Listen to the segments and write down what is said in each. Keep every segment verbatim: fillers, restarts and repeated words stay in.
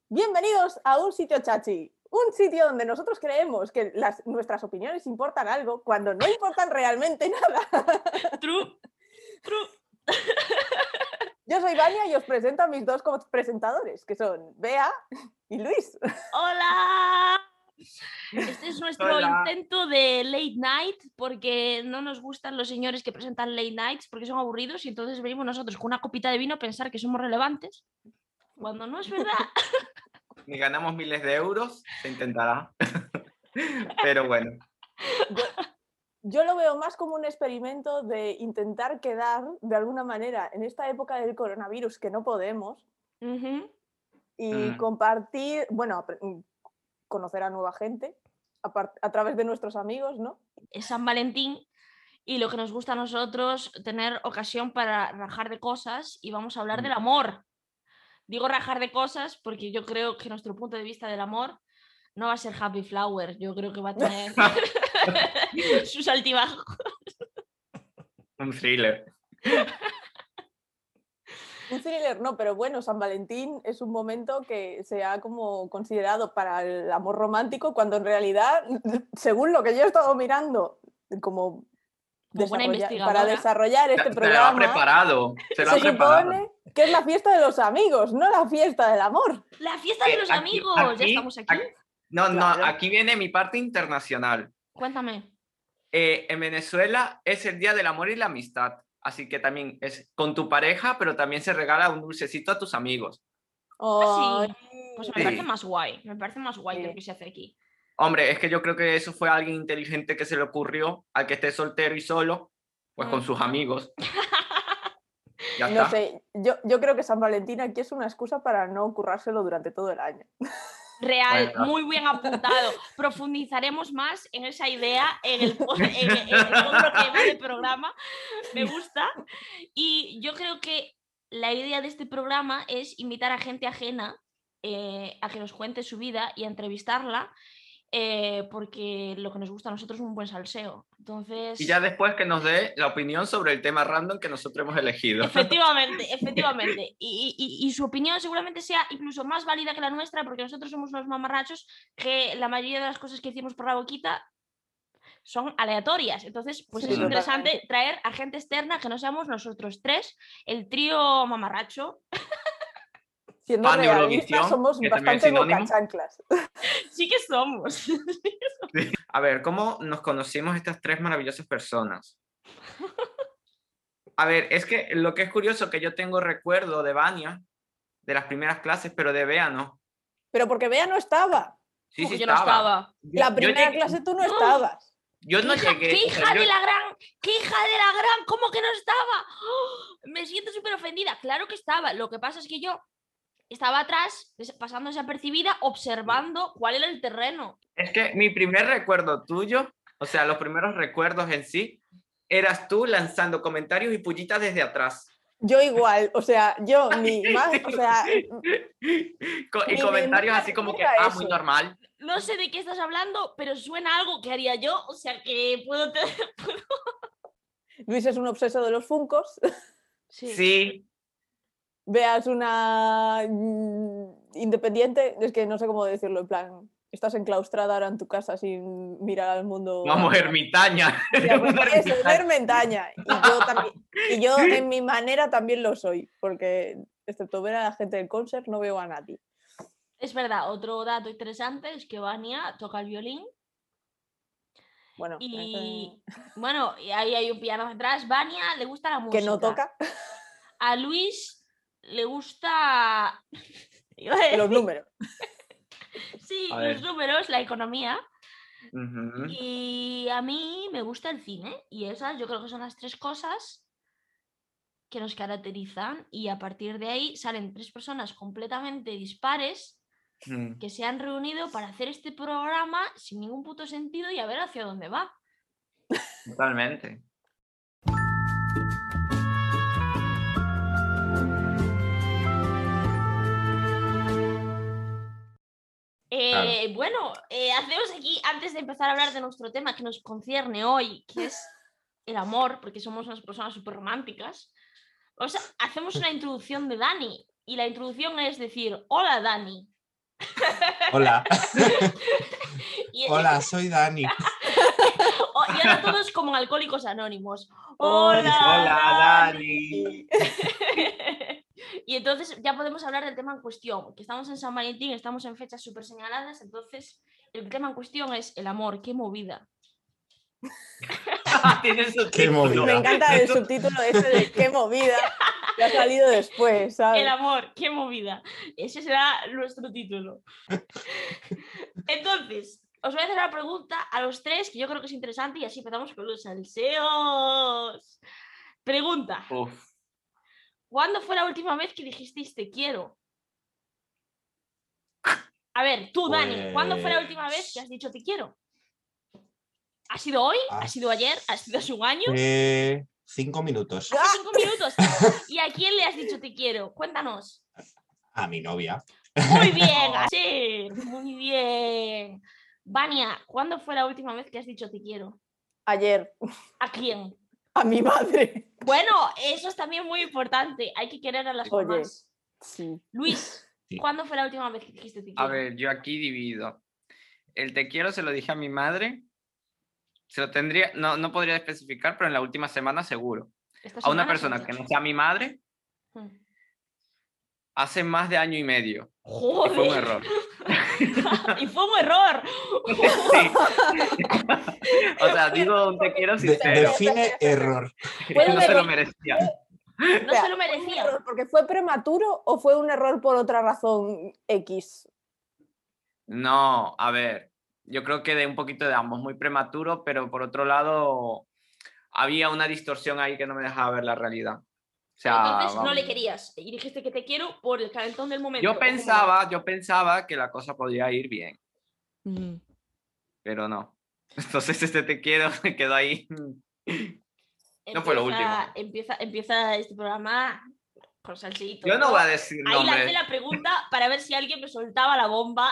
Bienvenidos a Un Sitio Chachi, un sitio donde nosotros creemos que las, nuestras opiniones importan algo cuando no importan realmente nada. True, true. Yo soy Vania y os presento a mis dos presentadores, que son Bea y Luis. ¡Hola! Este es nuestro Hola. intento de late night, porque no nos gustan los señores que presentan late nights, porque son aburridos, y entonces venimos nosotros con una copita de vino a pensar que somos relevantes, cuando no es verdad. Ni ganamos miles de euros, se intentará. Pero bueno. Yo, yo lo veo más como un experimento de intentar quedar de alguna manera en esta época del coronavirus que no podemos Uh-huh. y Mm. compartir, bueno, conocer a nueva gente a, a través de nuestros amigos, ¿no? Es San Valentín y lo que nos gusta a nosotros, tener ocasión para rajar de cosas, y vamos a hablar Mm. del amor. Digo rajar de cosas porque yo creo que nuestro punto de vista del amor no va a ser happy flower, yo creo que va a tener sus altibajos. Un thriller. Un thriller no, pero bueno, San Valentín es un momento que se ha como considerado para el amor romántico, cuando en realidad, según lo que yo he estado mirando, como, como buena investigadora, para desarrollar este se, programa, se lo ha preparado. Se, lo se ha preparado. supone que es la fiesta de los amigos, no la fiesta del amor. La fiesta de los aquí, amigos, aquí, ya estamos aquí. aquí no, Claro. no, aquí viene mi parte internacional. Cuéntame. Eh, en Venezuela es el Día del Amor y la Amistad. Así que también es con tu pareja, pero también se regala un dulcecito a tus amigos. Oh, sí. Pues me sí. parece más guay. Me parece más guay Sí. que lo que se hace aquí. Hombre, es que yo creo que eso fue a alguien inteligente que se le ocurrió, al que esté soltero y solo, pues Mm. con sus amigos. Ya No está. sé, yo, yo creo que San Valentín aquí es una excusa para no currárselo durante todo el año. Real, Bueno. muy bien apuntado. Profundizaremos más en esa idea en el, en, en, en todo lo que va de programa. Me gusta. Y yo creo que la idea de este programa es invitar a gente ajena eh, a que nos cuente su vida y a entrevistarla, eh, porque lo que nos gusta a nosotros es un buen salseo. Entonces... Y ya después que nos dé la opinión sobre el tema random que nosotros hemos elegido. Efectivamente, efectivamente. Y, y, y su opinión seguramente sea incluso más válida que la nuestra, porque nosotros somos unos mamarrachos que la mayoría de las cosas que decimos por la boquita son aleatorias. Entonces, pues Sí, es interesante totalmente. traer a gente externa que no seamos nosotros tres, el trío mamarracho. Siendo Fan de realistas, Eurovisión, somos que también es bastante sinónimo. bocachanclas. Sí que somos. Sí. A ver, ¿cómo nos conocimos estas tres maravillosas personas? A ver, es que lo que es curioso que yo tengo recuerdo de Vania, de las primeras clases, pero de Bea no. Pero porque Bea no estaba. Sí, Como sí que yo no estaba. estaba. Yo, La yo primera llegué- clase tú no ¡Oh! estabas. Yo ¿Qué no hija, llegué. qué o sea, hija yo- de la gran, qué hija de la gran, ¿cómo que no estaba? ¡Oh! Me siento súper ofendida. Claro que estaba. Lo que pasa es que yo estaba atrás, des- pasando desapercibida, observando cuál era el terreno. Es que mi primer recuerdo tuyo, o sea, los primeros recuerdos en sí, eras tú lanzando comentarios y pullitas desde atrás. Yo igual, o sea, yo ni más, o sea, Co- y mi comentarios memoria así como que, era ah, eso. muy normal. No sé de qué estás hablando, pero suena algo que haría yo, o sea que puedo tener... Luis es un obseso de los funcos. Sí. Sí. Bea es una mm, independiente, es que no sé cómo decirlo, en plan, estás enclaustrada ahora en tu casa sin mirar al mundo. Vamos, ermitaña. Ya, pues, Una eso, una ermitaña. ermitaña. Y yo, también, y yo en mi manera también lo soy, porque excepto ver a la gente del concert no veo a nadie. Es verdad, otro dato interesante es que Vania toca el violín. Bueno, Y ese... bueno, y ahí hay un piano detrás. Vania le gusta la música. que no toca. A Luis le gusta... Los números. Sí, A los ver. números, la economía. Ujú. Y a mí me gusta el cine. Y esas yo creo que son las tres cosas que nos caracterizan. Y a partir de ahí salen tres personas completamente dispares Mm. que se han reunido para hacer este programa sin ningún puto sentido y a ver hacia dónde va. Totalmente. Eh, Claro. Bueno, eh, hacemos aquí, antes de empezar a hablar de nuestro tema que nos concierne hoy, que es el amor, porque somos unas personas súper románticas, o sea, hacemos una introducción de Dani. Y la introducción es decir, hola Dani. Hola. Y, Hola, soy Dani. oh, y ahora todos como Alcohólicos Anónimos. Hola, Hola, Dani. Dani. Y entonces ya podemos hablar del tema en cuestión, que estamos en San Valentín, estamos en fechas súper señaladas, entonces el tema en cuestión es el amor, qué movida. Tiene Qué subtítulo. movida. Me encanta el Eso- subtítulo ese de qué movida que ha salido después, ¿sabes? El amor, qué movida. Ese será nuestro título. Entonces, os voy a hacer una pregunta a los tres que yo creo que es interesante y así empezamos con los salseos. Pregunta. Uf. ¿Cuándo fue la última vez que dijisteis te quiero? A ver, tú, Dani, ¿cuándo fue la última vez que has dicho te quiero? ¿Ha sido hoy? ¿Ha sido ayer? ¿Ha sido hace un año? Eh, cinco minutos. Hace cinco minutos. ¿Y a quién le has dicho te quiero? Cuéntanos. A mi novia. Muy bien, así. Muy bien. Vania, ¿cuándo fue la última vez que has dicho te quiero? Ayer, ¿A quién? a mi madre. Bueno, eso es también muy importante. Hay que querer a las Oye. mamás. Sí. Luis, Sí. ¿cuándo fue la última vez que dijiste te A quiero? ver, yo aquí divido. El te quiero se lo dije a mi madre. Se lo tendría, no, no podría especificar, pero en la última semana seguro. Esta A una semana persona has que dicho. no sea mi madre Mm. hace más de año y medio. Y Joder. fue un error. Y fue un error. Sí. O sea, digo un te quiero De- sincero. define error. Fue No un se lo error. merecía. No Espera, se lo ¿fue un merecía. error porque fue prematuro o fue un error por otra razón X? No, a ver, yo creo que de un poquito de ambos, muy prematuro, pero por otro lado había una distorsión ahí que no me dejaba ver la realidad. O sea, Entonces no vamos. le querías y dijiste que te quiero por el calentón del momento. Yo ¿o cómo va? pensaba, yo pensaba que la cosa podía ir bien, Mm. pero no. Entonces este te quiero se quedó ahí. No fue lo último. Empieza, empieza, empieza este programa con salsito. Yo no voy a decir Ahí lancé nombres. la pregunta para ver si alguien me soltaba la bomba.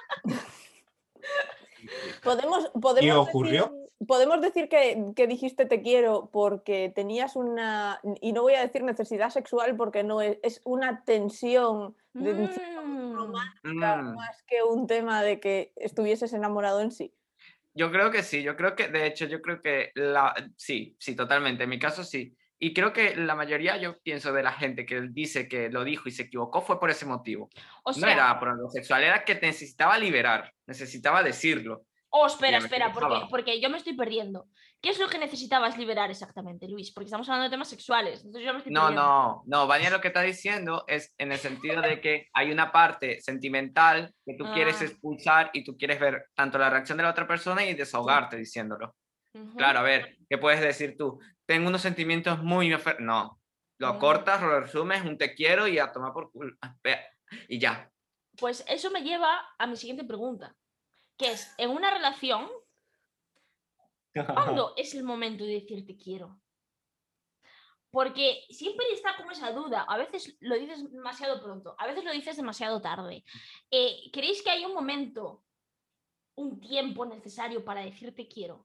Podemos, ¿Qué podemos ocurrió? decir, podemos decir que, que dijiste te quiero porque tenías una, y no voy a decir necesidad sexual porque no es, es una tensión de Mm. romántica Mm, más que un tema de que estuvieses enamorado en sí. yo creo que sí, yo creo que, de hecho, yo creo que la, sí, sí, totalmente. En mi caso sí. Y creo que la mayoría, yo pienso, de la gente que dice que lo dijo y se equivocó fue por ese motivo. O No sea, era por algo sexual, era que necesitaba liberar, necesitaba decirlo. oh, espera, Ya me espera, porque, equivocaba. porque yo me estoy perdiendo. ¿Qué es lo que necesitabas liberar exactamente, Luis? Porque estamos hablando de temas sexuales, entonces yo me estoy No, perdiendo. no, no, Vania lo que está diciendo es en el sentido de que hay una parte sentimental que tú quieres Ah. expulsar y tú quieres ver tanto la reacción de la otra persona y desahogarte diciéndolo. Ujú. Claro, a ver, ¿qué puedes decir tú? Tengo unos sentimientos muy... ofer-". No, lo Mm. cortas, lo resumes, un te quiero y a tomar por culo. Y ya. Pues eso me lleva a mi siguiente pregunta, que es, en una relación, ¿cuándo es el momento de decir te quiero? Porque siempre está como esa duda, a veces lo dices demasiado pronto, a veces lo dices demasiado tarde. Eh, ¿Creéis que hay un momento, un tiempo necesario para decir te quiero?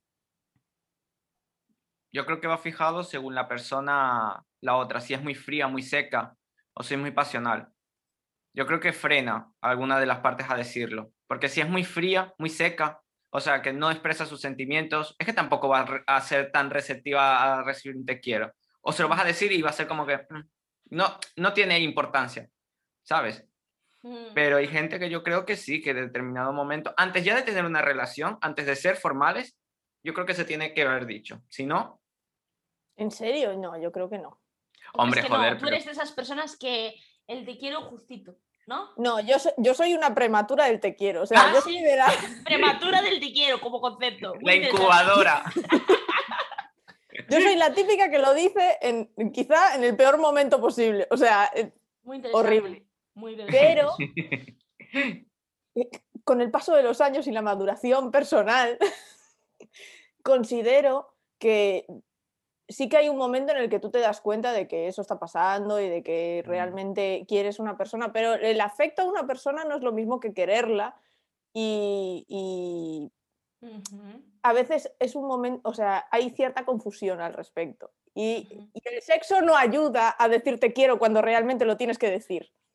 Yo creo que va fijado según la persona, la otra, si es muy fría, muy seca o si es muy pasional. Yo creo que frena a alguna de las partes a decirlo. Porque si es muy fría, muy seca, o sea, que no expresa sus sentimientos, es que tampoco va a re- a ser tan receptiva a recibir un te quiero. O se lo vas a decir y va a ser como que mm, no, no tiene importancia, ¿sabes? Mm. Pero hay gente que yo creo que sí, que en determinado momento, antes ya de tener una relación, antes de ser formales, yo creo que se tiene que haber dicho. Si no, ¿En serio? No, yo creo que no. hombre, Es que joder, no, tú pero- eres de esas personas que el te quiero justito, ¿no? No, yo, so- yo soy una prematura del te quiero. O sea, Ah, yo sí. soy de la... Prematura del te quiero como concepto. Muy la interesante. incubadora. Yo soy la típica que lo dice en, quizá en el peor momento posible. O sea, eh, Muy interesante. horrible. Muy interesante. Pero con el paso de los años y la maduración personal, considero que sí que hay un momento en el que tú te das cuenta de que eso está pasando y de que realmente quieres una persona, pero el afecto a una persona no es lo mismo que quererla y, y Ujú. a veces es un momento, o sea, hay cierta confusión al respecto. Y, Ujú. y el sexo no ayuda a decir te quiero cuando realmente lo tienes que decir.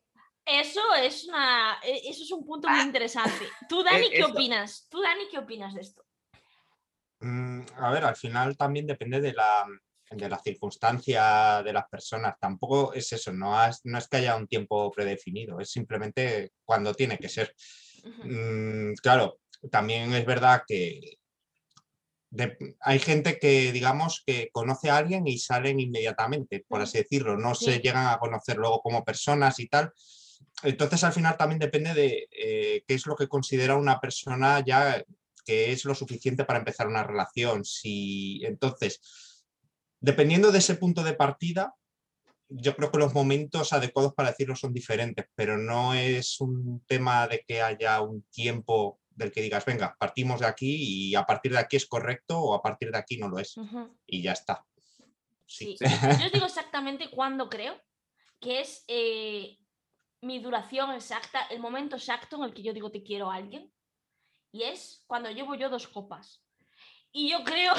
Eso es una, eso es un punto muy interesante. ¿Tú, Dani, Eh, qué eso- opinas? ¿Tú, Dani, qué opinas de esto? Mm, a ver, al final también depende de la, de la circunstancia de las personas. Tampoco es eso, no, has- no es que haya un tiempo predefinido, es simplemente cuando tiene que ser. Ujú. Mm, claro, también es verdad que de- hay gente que, digamos, que conoce a alguien y salen inmediatamente, por Mm. así decirlo, no se Sí. llegan a conocer luego como personas y tal. Entonces, al final también depende de eh, qué es lo que considera una persona ya que es lo suficiente para empezar una relación. Si, entonces, dependiendo de ese punto de partida, yo creo que los momentos adecuados para decirlo son diferentes, pero no es un tema de que haya un tiempo del que digas, venga, partimos de aquí y a partir de aquí es correcto o a partir de aquí no lo es. Ujú. Y ya está. Sí. Sí. Yo os digo exactamente cuándo creo que es eh, mi duración exacta, el momento exacto en el que yo digo te quiero a alguien. Y es cuando llevo yo dos copas. Y yo creo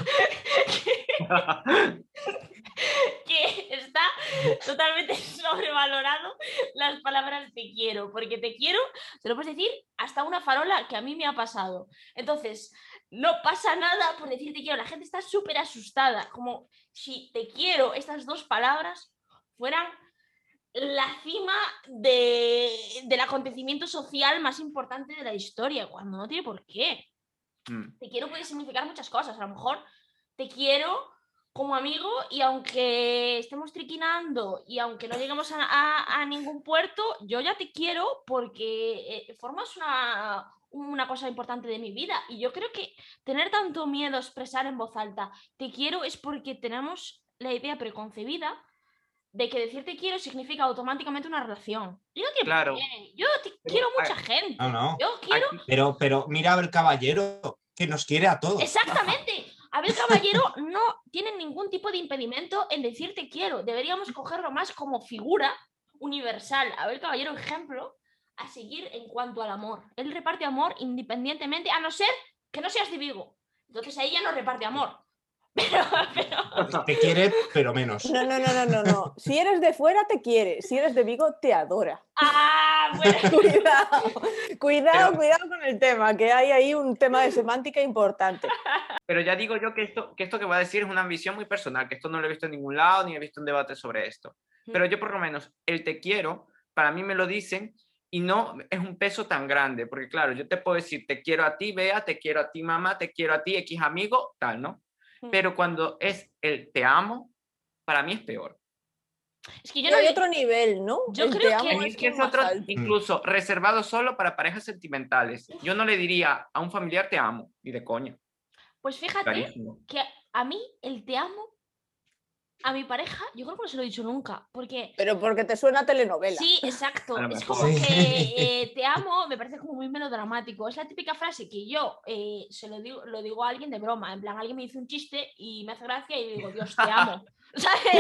que está totalmente sobrevalorado las palabras te quiero, porque te quiero, se lo puedes decir hasta una farola que a mí me ha pasado. Entonces, no pasa nada por decir te quiero, la gente está súper asustada, como si te quiero, estas dos palabras fueran la cima de, del acontecimiento social más importante de la historia, cuando no tiene por qué. Mm. Te quiero puede significar muchas cosas. A lo mejor te quiero como amigo y aunque estemos triquinando y aunque no lleguemos a, a, a ningún puerto, yo ya te quiero porque eh, formas una, una cosa importante de mi vida. Y yo creo que tener tanto miedo a expresar en voz alta te quiero es porque tenemos la idea preconcebida de que decir te quiero significa automáticamente una relación. Y no tiene Claro. por qué. Yo te Pero quiero a- mucha gente. No, no. Yo quiero Aquí, Pero, pero mira el caballero que nos quiere a todos. exactamente. Abel Caballero no tiene ningún tipo de impedimento en decir te quiero. Deberíamos cogerlo más como figura universal. Abel Caballero, ejemplo a seguir en cuanto al amor. Él reparte amor independientemente, a no ser que no seas de Vigo. Entonces ahí ya no reparte amor. Pero, pero... Te quiere, pero menos. No, no, no, no, no, no. Si eres de fuera, te quiere. Si eres de Vigo, te adora. Ah, bueno. Cuidado, cuidado, Pero- cuidado con el tema, que hay ahí un tema de semántica importante. Pero ya digo yo que esto, que esto que voy a decir es una visión muy personal, que esto no lo he visto en ningún lado, ni he visto un debate sobre esto. Pero yo por lo menos, el te quiero, para mí me lo dicen y no es un peso tan grande, porque claro, yo te puedo decir te quiero a ti, Bea, te quiero a ti, mamá, te quiero a ti, X amigo, tal, ¿no? Pero cuando es el te amo, para mí es peor. Es que yo Y no hay le- otro nivel, ¿no? Yo El creo te amo que- es Es que es como más otro, alto. incluso reservado solo para parejas sentimentales. Yo no le diría a un familiar te amo, ni de coña. Pues fíjate Clarísimo. que a mí el te amo, a mi pareja, yo creo que no se lo he dicho nunca, porque Pero porque te suena a telenovela. sí, exacto, A lo es mejor. como Sí. que eh, te amo, me parece como muy melodramático. Es la típica frase que yo eh, se lo digo, lo digo a alguien de broma, en plan, alguien me dice un chiste y me hace gracia y digo, Dios, te amo. ¿Sabes?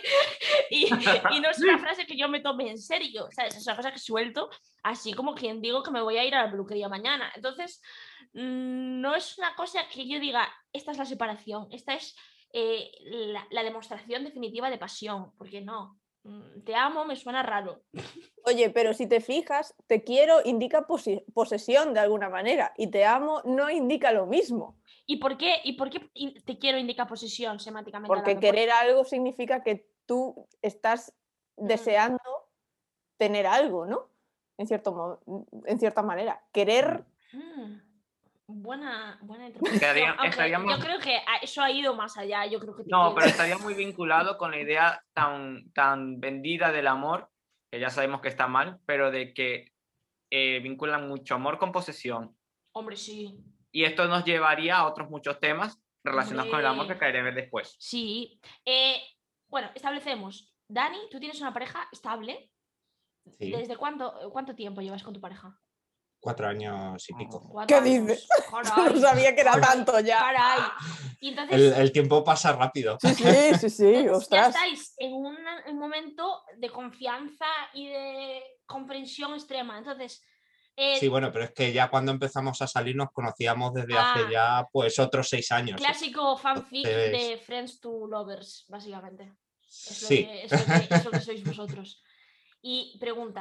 y, y no es una frase que yo me tome en serio, ¿sabes? Es una cosa que suelto así como quien digo que me voy a ir a la peluquería mañana. Entonces, mmm, no es una cosa que yo diga, esta es la separación, esta es eh, la, la demostración definitiva de pasión, porque no, mm, te amo me suena raro. Oye, pero si te fijas, te quiero indica posi- posesión de alguna manera y te amo no indica lo mismo. ¿Y por qué, y por qué in- te quiero indica posesión semánticamente Porque hablando? querer algo significa que tú estás deseando tener algo, ¿no? En, cierto mo- en cierta manera. Querer, Mm, buena, buena interpretación. Estaría- Aunque estaríamos- yo creo que a- eso ha ido más allá. Yo creo que te No, quiero. pero estaría muy vinculado con la idea tan, tan vendida del amor, que ya sabemos que está mal, pero de que eh, vinculan mucho amor con posesión. Hombre, sí. Y esto nos llevaría a otros muchos temas relacionados con el amor que Hombre. caeré a ver después. Sí. Eh, bueno, establecemos. Dani, tú tienes una pareja estable. Sí, ¿Desde cuánto, cuánto tiempo llevas con tu pareja? cuatro años y pico. Cuatro ¿qué años. dices? Caray, No sabía que era caray, tanto ya. Caray. Y entonces, El, el tiempo pasa rápido. Sí, sí, sí, sí, entonces ya ostras. estáis en un, un momento de confianza y de comprensión extrema. Entonces, eh, Sí, bueno, pero es que ya cuando empezamos a salir nos conocíamos desde Ah. hace ya pues otros seis años. clásico fanfic Entonces- de Friends to Lovers, básicamente. Es lo, Sí. que, es, lo que, es lo que sois vosotros. Y pregunta,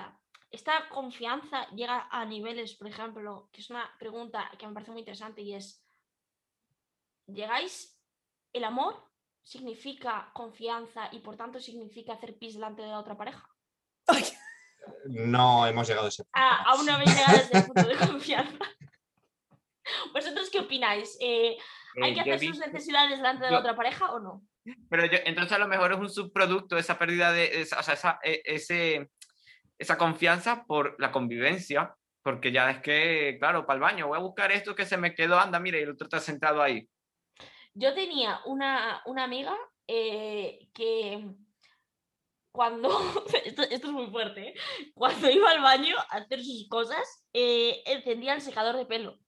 esta confianza llega a niveles, por ejemplo, que es una pregunta que me parece muy interesante y es, ¿llegáis, el amor significa confianza y por tanto significa hacer pis delante de la otra pareja? Ay, No hemos llegado a ese punto. Ah, no. aún no habéis llegado a ese punto de confianza. ¿Vosotros qué opináis? Eh, ¿Hay Eh, que yo he hacer sus visto- necesidades delante de la yo- otra pareja o no? Pero yo, entonces a lo mejor es un subproducto de esa pérdida de, esa, o sea, esa, e- ese, esa confianza por la convivencia, porque ya es que, claro, para el baño, voy a buscar esto que se me quedó, anda, mira, y el otro está sentado ahí. Yo tenía una, una amiga eh, que cuando, esto, esto es muy fuerte, ¿eh? Cuando iba al baño a hacer sus cosas, eh, encendía el secador de pelo.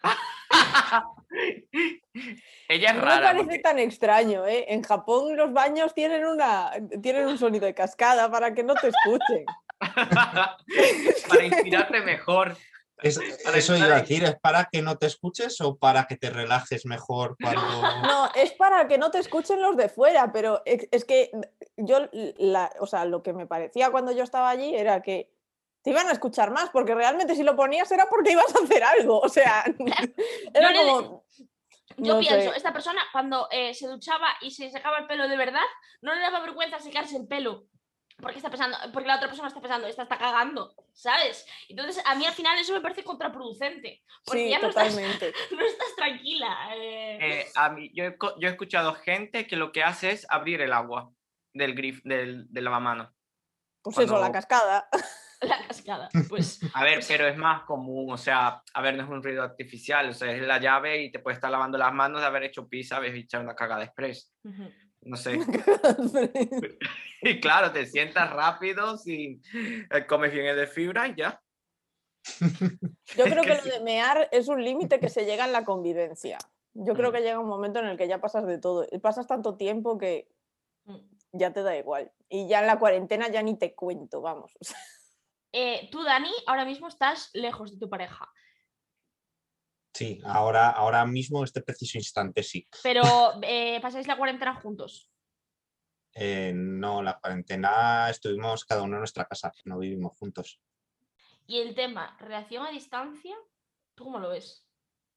Ella es no me rara, parece porque... tan extraño, ¿eh? En Japón los baños tienen, una, tienen un sonido de cascada para que no te escuchen. para inspirarte mejor. Es- Para eso entrar iba a en- decir, ¿es para que no te escuches o para que te relajes mejor cuando... No, es para que no te escuchen los de fuera, pero es, es que yo, la, o sea, lo que me parecía cuando yo estaba allí era que te iban a escuchar más, porque realmente si lo ponías era porque ibas a hacer algo, o sea, era le- como... Yo no pienso, sé. esta persona cuando eh, se duchaba y se secaba el pelo de verdad, no le daba vergüenza secarse el pelo. Porque está pensando, porque la otra persona está pensando, esta está cagando, ¿sabes? Entonces, a mí al final eso me parece contraproducente. Porque Sí, ya no estás, totalmente. no estás tranquila. eh. Eh, a mí, yo, he, co- yo he escuchado gente que lo que hace es abrir el agua del grifo, del, del lavamanos. Pues Cuando- eso, la cascada. La cascada. Pues, A ver, pues- pero es más común, o sea, a ver, no es un ruido artificial, o sea, es la llave y te puedes estar lavando las manos de haber hecho pis, sabes, y echar una cagada express. Ujú. No sé. Y claro, te sientas rápido, sin, eh, comes bien el de fibra y ya. Yo Es creo que que lo sí. de mear es un límite que se llega en la convivencia. Yo creo Mm. que llega un momento en el que ya pasas de todo. Y pasas tanto tiempo que Mm. ya te da igual. Y ya en la cuarentena ya ni te cuento, vamos. Eh, tú, Dani, ahora mismo estás lejos de tu pareja. Sí, ahora, ahora mismo, este preciso instante, sí. Pero eh, pasáis la cuarentena juntos. Eh, no, la cuarentena estuvimos cada uno en nuestra casa, no vivimos juntos. Y el tema, relación a distancia, ¿tú cómo lo ves?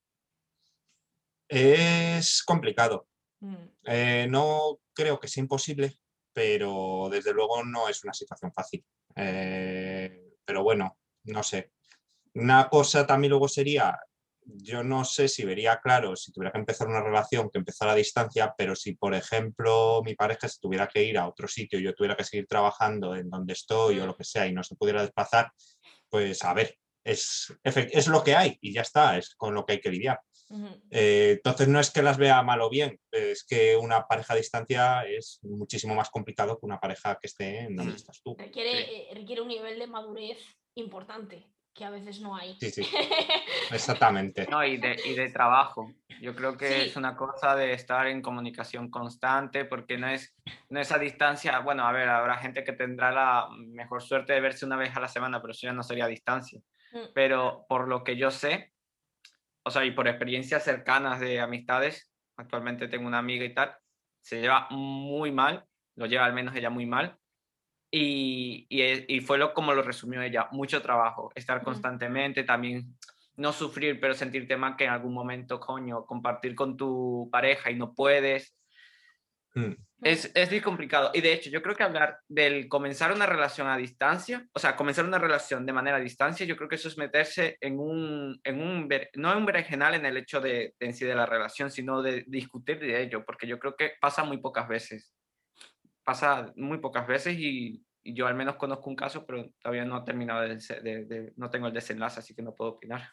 Es complicado. Mm. Eh, no creo que sea imposible, pero desde luego no es una situación fácil. Eh, pero bueno, no sé. Una cosa también luego sería, yo no sé si vería claro si tuviera que empezar una relación que empezara a distancia, pero si, por ejemplo, mi pareja se tuviera que ir a otro sitio y yo tuviera que seguir trabajando en donde estoy o lo que sea y no se pudiera desplazar, pues a ver, es, es lo que hay y ya está, es con lo que hay que lidiar. Ujú. Eh, entonces no es que las vea mal o bien, es que una pareja a distancia es muchísimo más complicado que una pareja que esté en donde Mm. estás tú. Requiere, Sí. eh, requiere un nivel de madurez importante que a veces no hay. Sí, sí, exactamente. No, y de, y de trabajo. Yo creo que Sí. es una cosa de estar en comunicación constante, porque no es, no es a distancia. Bueno, a ver, habrá gente que tendrá la mejor suerte de verse una vez a la semana, pero eso ya no sería a distancia. Mm. Pero por lo que yo sé, o sea, y por experiencias cercanas de amistades, actualmente tengo una amiga y tal, se lleva muy mal, lo lleva al menos ella muy mal. Y, y, y fue lo, como lo resumió ella, mucho trabajo, estar constantemente, también no sufrir, pero sentirte mal que en algún momento, coño, compartir con tu pareja y no puedes. Mm. Es, es muy complicado. Y de hecho, yo creo que hablar del comenzar una relación a distancia, o sea, comenzar una relación de manera a distancia, yo creo que eso es meterse en un, en un no en un berenjenal en el hecho de, de en sí de la relación, sino de discutir de ello, porque yo creo que pasa muy pocas veces. Pasa muy pocas veces y, y yo al menos conozco un caso, pero todavía no he terminado de, de, de no tengo el desenlace, así que no puedo opinar.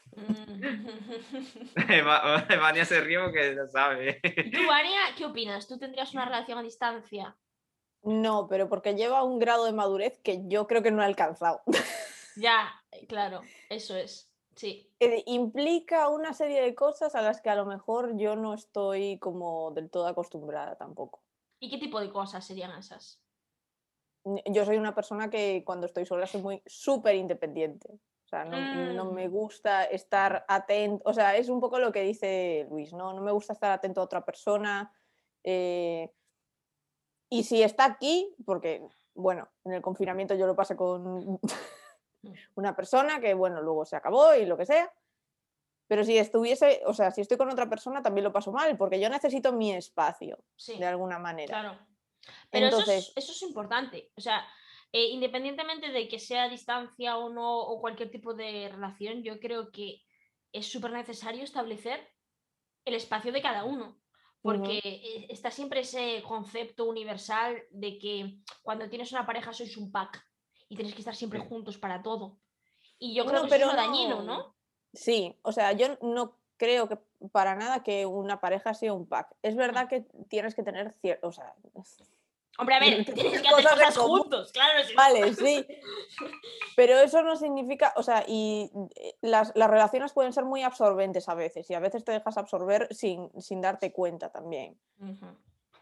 Vania se ríe porque lo sabe. ¿Y tú, Vania, qué opinas? ¿Tú tendrías una relación a distancia? No, pero porque lleva un grado de madurez que yo creo que no he alcanzado. Ya, claro, eso es, sí. Eh, Implica una serie de cosas a las que a lo mejor yo no estoy como del todo acostumbrada tampoco. ¿Y qué tipo de cosas serían esas? Yo soy una persona que cuando estoy sola soy muy súper independiente. O sea, no, no me Mm. gusta estar atento. O sea, es un poco lo que dice Luis, ¿no? No me gusta estar atento a otra persona. eh, Y si está aquí, porque, bueno, en el confinamiento yo lo pasé con, Una persona que, bueno, luego se acabó y lo que sea. Pero si estuviese, o sea, si estoy con otra persona también lo paso mal, porque yo necesito mi espacio, Sí, de alguna manera. claro. Pero Entonces, eso, es, eso es importante. O sea, eh, independientemente de que sea a distancia o no, o cualquier tipo de relación, yo creo que es súper necesario establecer el espacio de cada uno. Porque ujú. está siempre ese concepto universal de que cuando tienes una pareja sois un pack y tenéis que estar siempre Sí. juntos para todo. Y yo creo No, que eso es pero lo dañino, no. ¿no? Sí, o sea, yo no creo que para nada que una pareja sea un pack. Es verdad que tienes que tener cierto, o sea, Hombre, a ver, tienes que tienes tener que hacer cosas en cosas común. juntos, claro. Si no... Vale, sí. Pero eso no significa, o sea, y eh, las, las relaciones pueden ser muy absorbentes a veces, y a veces te dejas absorber sin, sin darte cuenta también. Uh-huh.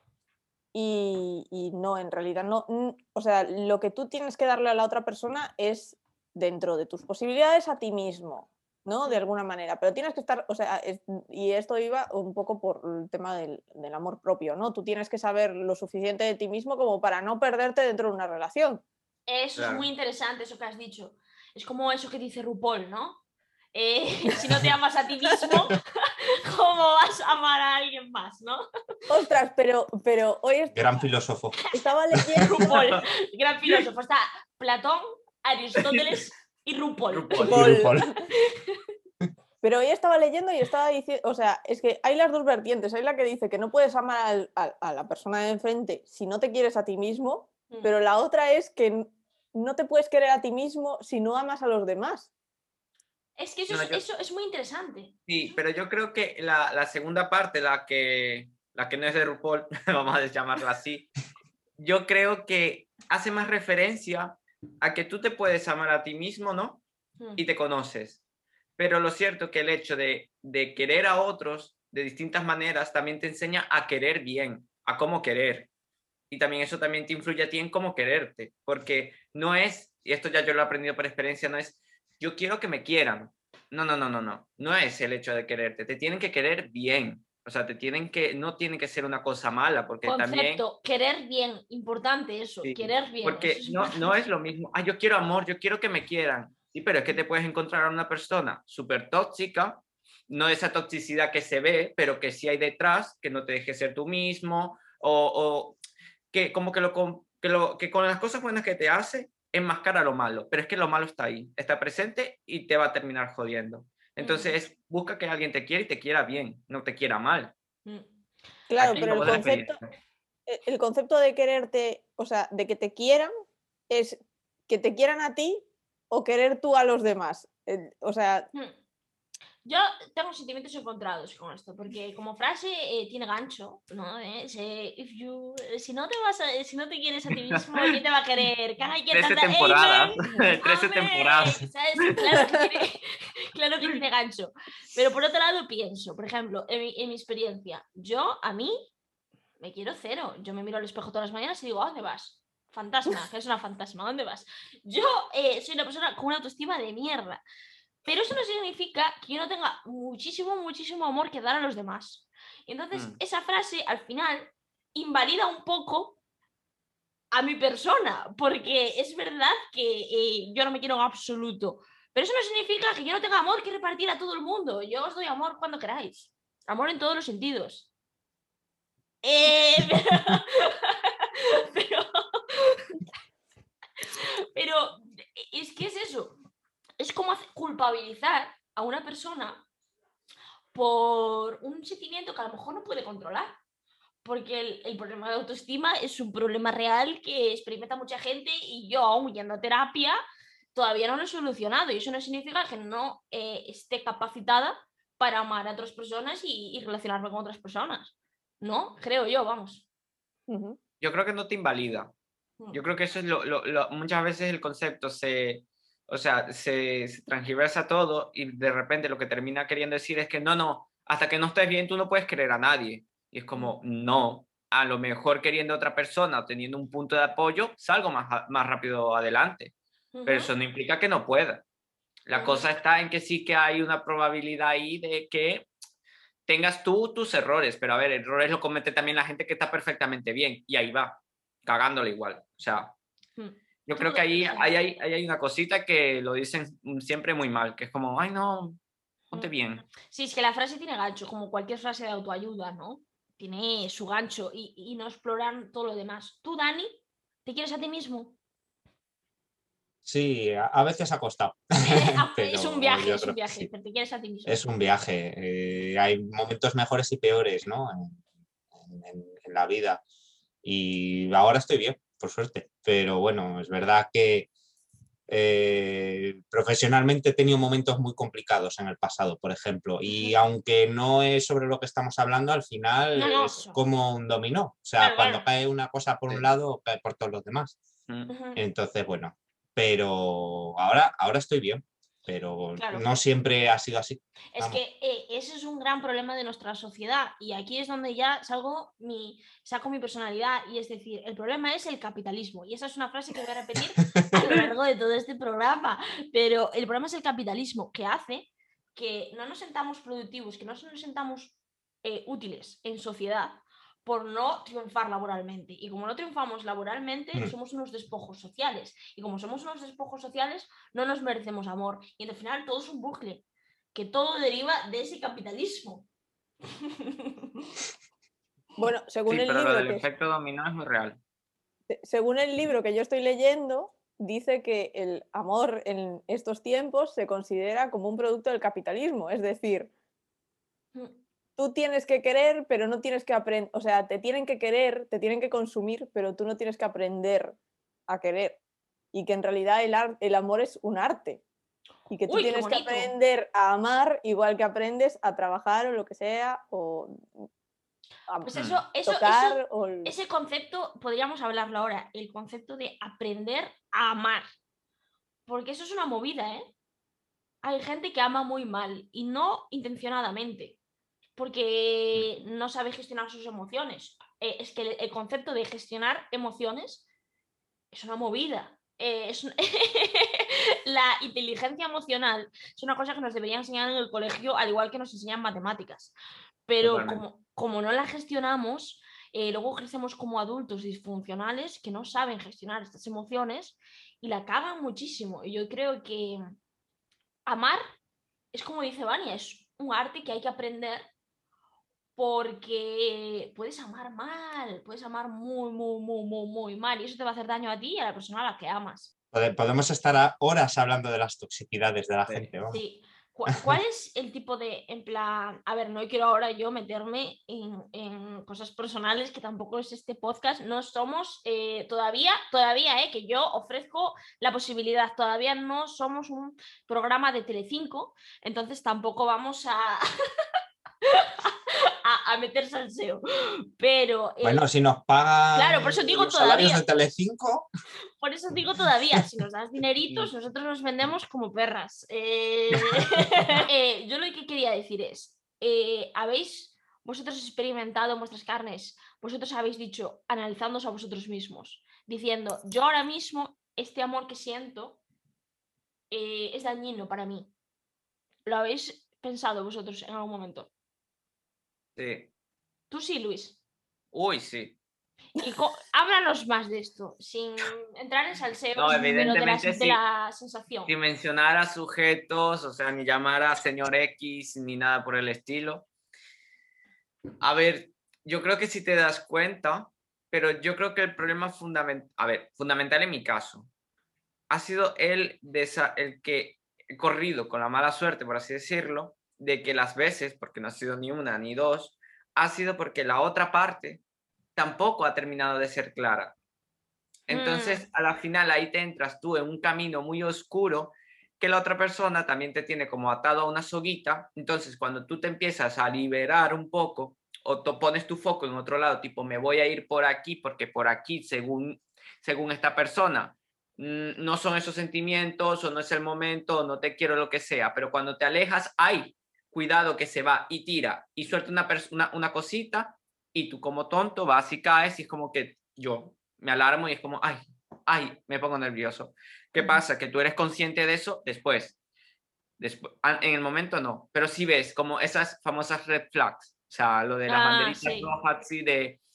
Y, y no, en realidad no, n- o sea, lo que tú tienes que darle a la otra persona es dentro de tus posibilidades a ti mismo, ¿no? De Mm. alguna manera, pero tienes que estar, o sea, es- y esto iba un poco por el tema del, del amor propio, ¿no? Tú tienes que saber lo suficiente de ti mismo como para no perderte dentro de una relación. Eso es Claro. muy interesante, eso que has dicho. Es como eso que dice RuPaul, ¿no? Eh, si no te amas a ti mismo, ¿cómo vas a amar a alguien más, no? Ostras, pero, pero hoy est- Gran filósofo. estaba leyendo... RuPaul, gran filósofo. Está Platón, Aristóteles y RuPaul. RuPaul. Paul. RuPaul. Pero hoy estaba leyendo y estaba diciendo, o sea, es que hay las dos vertientes. Hay la que dice que no puedes amar al- a, a la persona de enfrente si no te quieres a ti mismo, Mm. pero la otra es que n- no te puedes querer a ti mismo si no amas a los demás. Es que eso, No, es, yo- eso es muy interesante. Sí, pero yo creo que la, la segunda parte, la que, la que no es de RuPaul, vamos a llamarla así, yo creo que hace más referencia a que tú te puedes amar a ti mismo, ¿no? Mm. Y te conoces. Pero lo cierto que el hecho de, de querer a otros de distintas maneras también te enseña a querer bien, a cómo querer. Y también eso también te influye a ti en cómo quererte, porque no es, y esto ya yo lo he aprendido por experiencia, no es yo quiero que me quieran. No, no, no, no, no. No es el hecho de quererte, te tienen que querer bien. O sea, te tienen que, no tiene que ser una cosa mala, porque también, Concepto, querer bien, importante eso, sí, querer bien. Eso porque es no, importante. no es lo mismo. Ah, yo quiero amor, yo quiero que me quieran. Sí, pero es que te puedes encontrar a una persona súper tóxica, no esa toxicidad que se ve, pero que sí hay detrás, que no te deje ser tú mismo, o, o que como que, lo, con- que, lo, que con las cosas buenas que te hace, enmascara lo malo, pero es que lo malo está ahí, está presente y te va a terminar jodiendo. Entonces, busca que alguien te quiera y te quiera bien, no te quiera mal. Mm. Claro, Aquí pero lo el de la concepto, experiencia. e- el concepto de quererte, o sea, de que te quieran, es que te quieran a ti o querer tú a los demás. Eh, O sea, Mm. Yo tengo sentimientos encontrados con esto, porque como frase eh, tiene gancho, ¿no? Eh, se- if you- eh, si no te vas a- si no te quieres a ti mismo, ¿quién te va a querer? Can I get trece that? temporadas, Amen. trece Amén. temporadas. ¿Sabes? Claro que, tiene, claro que tiene gancho. Pero por otro lado pienso, por ejemplo, en mi, en mi experiencia, yo a mí me quiero cero. Yo me miro al espejo todas las mañanas y digo, ¿a dónde vas? Fantasma, que es una fantasma, ¿a dónde vas? Yo eh, soy una persona con una autoestima de mierda. Pero eso no significa que yo no tenga muchísimo, muchísimo amor que dar a los demás. Y entonces, Mm. esa frase al final invalida un poco a mi persona, porque es verdad que eh, yo no me quiero en absoluto. Pero eso no significa que yo no tenga amor que repartir a todo el mundo. Yo os doy amor cuando queráis. Amor en todos los sentidos. Eh, pero, pero es que es eso. Es como hacer- culpabilizar a una persona por un sentimiento que a lo mejor no puede controlar. Porque el, el problema de autoestima es un problema real que experimenta mucha gente y yo, aún yendo a terapia, todavía no lo he solucionado. Y eso no significa que no eh, esté capacitada para amar a otras personas y, y relacionarme con otras personas. ¿No? Creo yo, vamos. ujú. Yo creo que no te invalida. Yo creo que eso es lo, lo- lo- muchas veces el concepto se, o sea, se, se transgiversa todo y de repente lo que termina queriendo decir es que no, no, hasta que no estés bien tú no puedes querer a nadie. Y es como, no, a lo mejor queriendo a otra persona o teniendo un punto de apoyo, salgo más, a- más rápido adelante. Pero eso no implica que no pueda. La Ujú. cosa está en que sí que hay una probabilidad ahí de que tengas tú tus errores, pero a ver, errores lo comete también la gente que está perfectamente bien y ahí va, cagándole igual. O sea, Mm. Yo creo que ahí, ahí, hay, ahí hay una cosita que lo dicen siempre muy mal, que es como, ay no, ponte bien. Sí, es que la frase tiene gancho, como cualquier frase de autoayuda, ¿no? Tiene su gancho y, y no exploran todo lo demás. ¿Tú, Dani, te quieres a ti mismo? Sí, a, a veces ha costado. Es un viaje, yo es un creo que viaje, sí. pero te quieres a ti mismo. Es un viaje. Eh, hay momentos mejores y peores, ¿no? En, en- en la vida. Y ahora estoy bien, por suerte. Pero bueno, es verdad que eh, profesionalmente he tenido momentos muy complicados en el pasado, por ejemplo. Y Ujú. aunque no es sobre lo que estamos hablando, al final No, no, es eso. como un dominó. O sea, Claro, cuando claro. cae una cosa por un Sí. lado, cae por todos los demás. Mm. Ujú. Entonces, bueno, pero ahora, ahora estoy bien, pero Claro. no siempre ha sido así. Es Vamos. que eh, ese es un gran problema de nuestra sociedad y aquí es donde ya salgo mi, saco mi personalidad y es decir, el problema es el capitalismo y esa es una frase que voy a repetir a lo largo de todo este programa, pero el problema es el capitalismo que hace que no nos sentamos productivos, que no nos sentamos eh, útiles en sociedad por no triunfar laboralmente. Y como no triunfamos laboralmente, Mm. somos unos despojos sociales. Y como somos unos despojos sociales, no nos merecemos amor. Y al final todo es un bucle, que todo deriva de ese capitalismo. Bueno, según Sí, el pero lo libro del que, efecto dominó es muy real. según el libro que yo estoy leyendo, dice que el amor en estos tiempos se considera como un producto del capitalismo. Es decir, tú tienes que querer, pero no tienes que aprender. O sea, te tienen que querer, te tienen que consumir, pero tú no tienes que aprender a querer. Y que en realidad el, ar- el amor es un arte. Y que tú Uy, qué tienes que bonito. aprender a amar igual que aprendes a trabajar o lo que sea, o a Pues eso, eso, tocar. eso, O... ese concepto podríamos hablarlo ahora, el concepto de aprender a amar. Porque eso es una movida, ¿eh? Hay gente que ama muy mal y no intencionadamente, porque no sabe gestionar sus emociones. Eh, es que el, el concepto de gestionar emociones es una movida. Eh, es un- La inteligencia emocional es una cosa que nos deberían enseñar en el colegio, al igual que nos enseñan matemáticas. Pero Totalmente. como, como no la gestionamos, eh, luego crecemos como adultos disfuncionales que no saben gestionar estas emociones y la cagan muchísimo. Y yo creo que amar es como dice Vania, es un arte que hay que aprender porque puedes amar mal, puedes amar muy, muy, muy, muy, muy mal y eso te va a hacer daño a ti y a la persona a la que amas. Pode- Podemos estar a horas hablando de las toxicidades de la Sí. gente. Vamos. Sí. ¿Cu- ¿Cuál es el tipo de, en plan, a ver, no quiero ahora yo meterme en, en cosas personales, que tampoco es este podcast, no somos eh, todavía, todavía, eh, que yo ofrezco la posibilidad, todavía no somos un programa de Telecinco, entonces tampoco vamos a, a, a meter salseo, pero... el- Bueno, si nos pagan Claro, por eso digo los salarios todavía. de Telecinco, Por eso digo todavía, si nos das dineritos, nosotros nos vendemos como perras. Eh, eh, yo lo que quería decir es, eh, ¿habéis vosotros experimentado en vuestras carnes? Vosotros habéis dicho, analizándoos a vosotros mismos, diciendo, yo ahora mismo, este amor que siento eh, es dañino para mí. ¿Lo habéis pensado vosotros en algún momento? Sí. Tú sí, Luis. Uy, sí. Y co- háblanos más de esto, sin entrar en No, salseos, pero de la, evidentemente de sí. la sensación. Sin mencionar a sujetos, o sea, ni llamar a señor X ni nada por el estilo. A ver, yo creo que sí te das cuenta, pero yo creo que el problema fundamental, a ver, fundamental en mi caso, ha sido el, de esa, el que he corrido con la mala suerte, por así decirlo, de que las veces, porque no ha sido ni una ni dos, ha sido porque la otra parte tampoco ha terminado de ser clara. Entonces, a la final ahí te entras tú en un camino muy oscuro que la otra persona también te tiene como atado a una soguita. Entonces, cuando tú te empiezas a liberar un poco o tú pones tu foco en otro lado, tipo, me voy a ir por aquí porque por aquí, según, según esta persona, no son esos sentimientos o no es el momento o no te quiero lo que sea, pero cuando te alejas, ay, cuidado que se va y tira y suelta una, una, una cosita y tú como tonto vas y caes y es como que yo me alarmo y es como, ay, ay, me pongo nervioso. ¿Qué pasa? Que tú eres consciente de eso después. Después en el momento no, pero sí ves como esas famosas red flags, o sea, lo de las Ah, banderitas sí. rojas, sí, de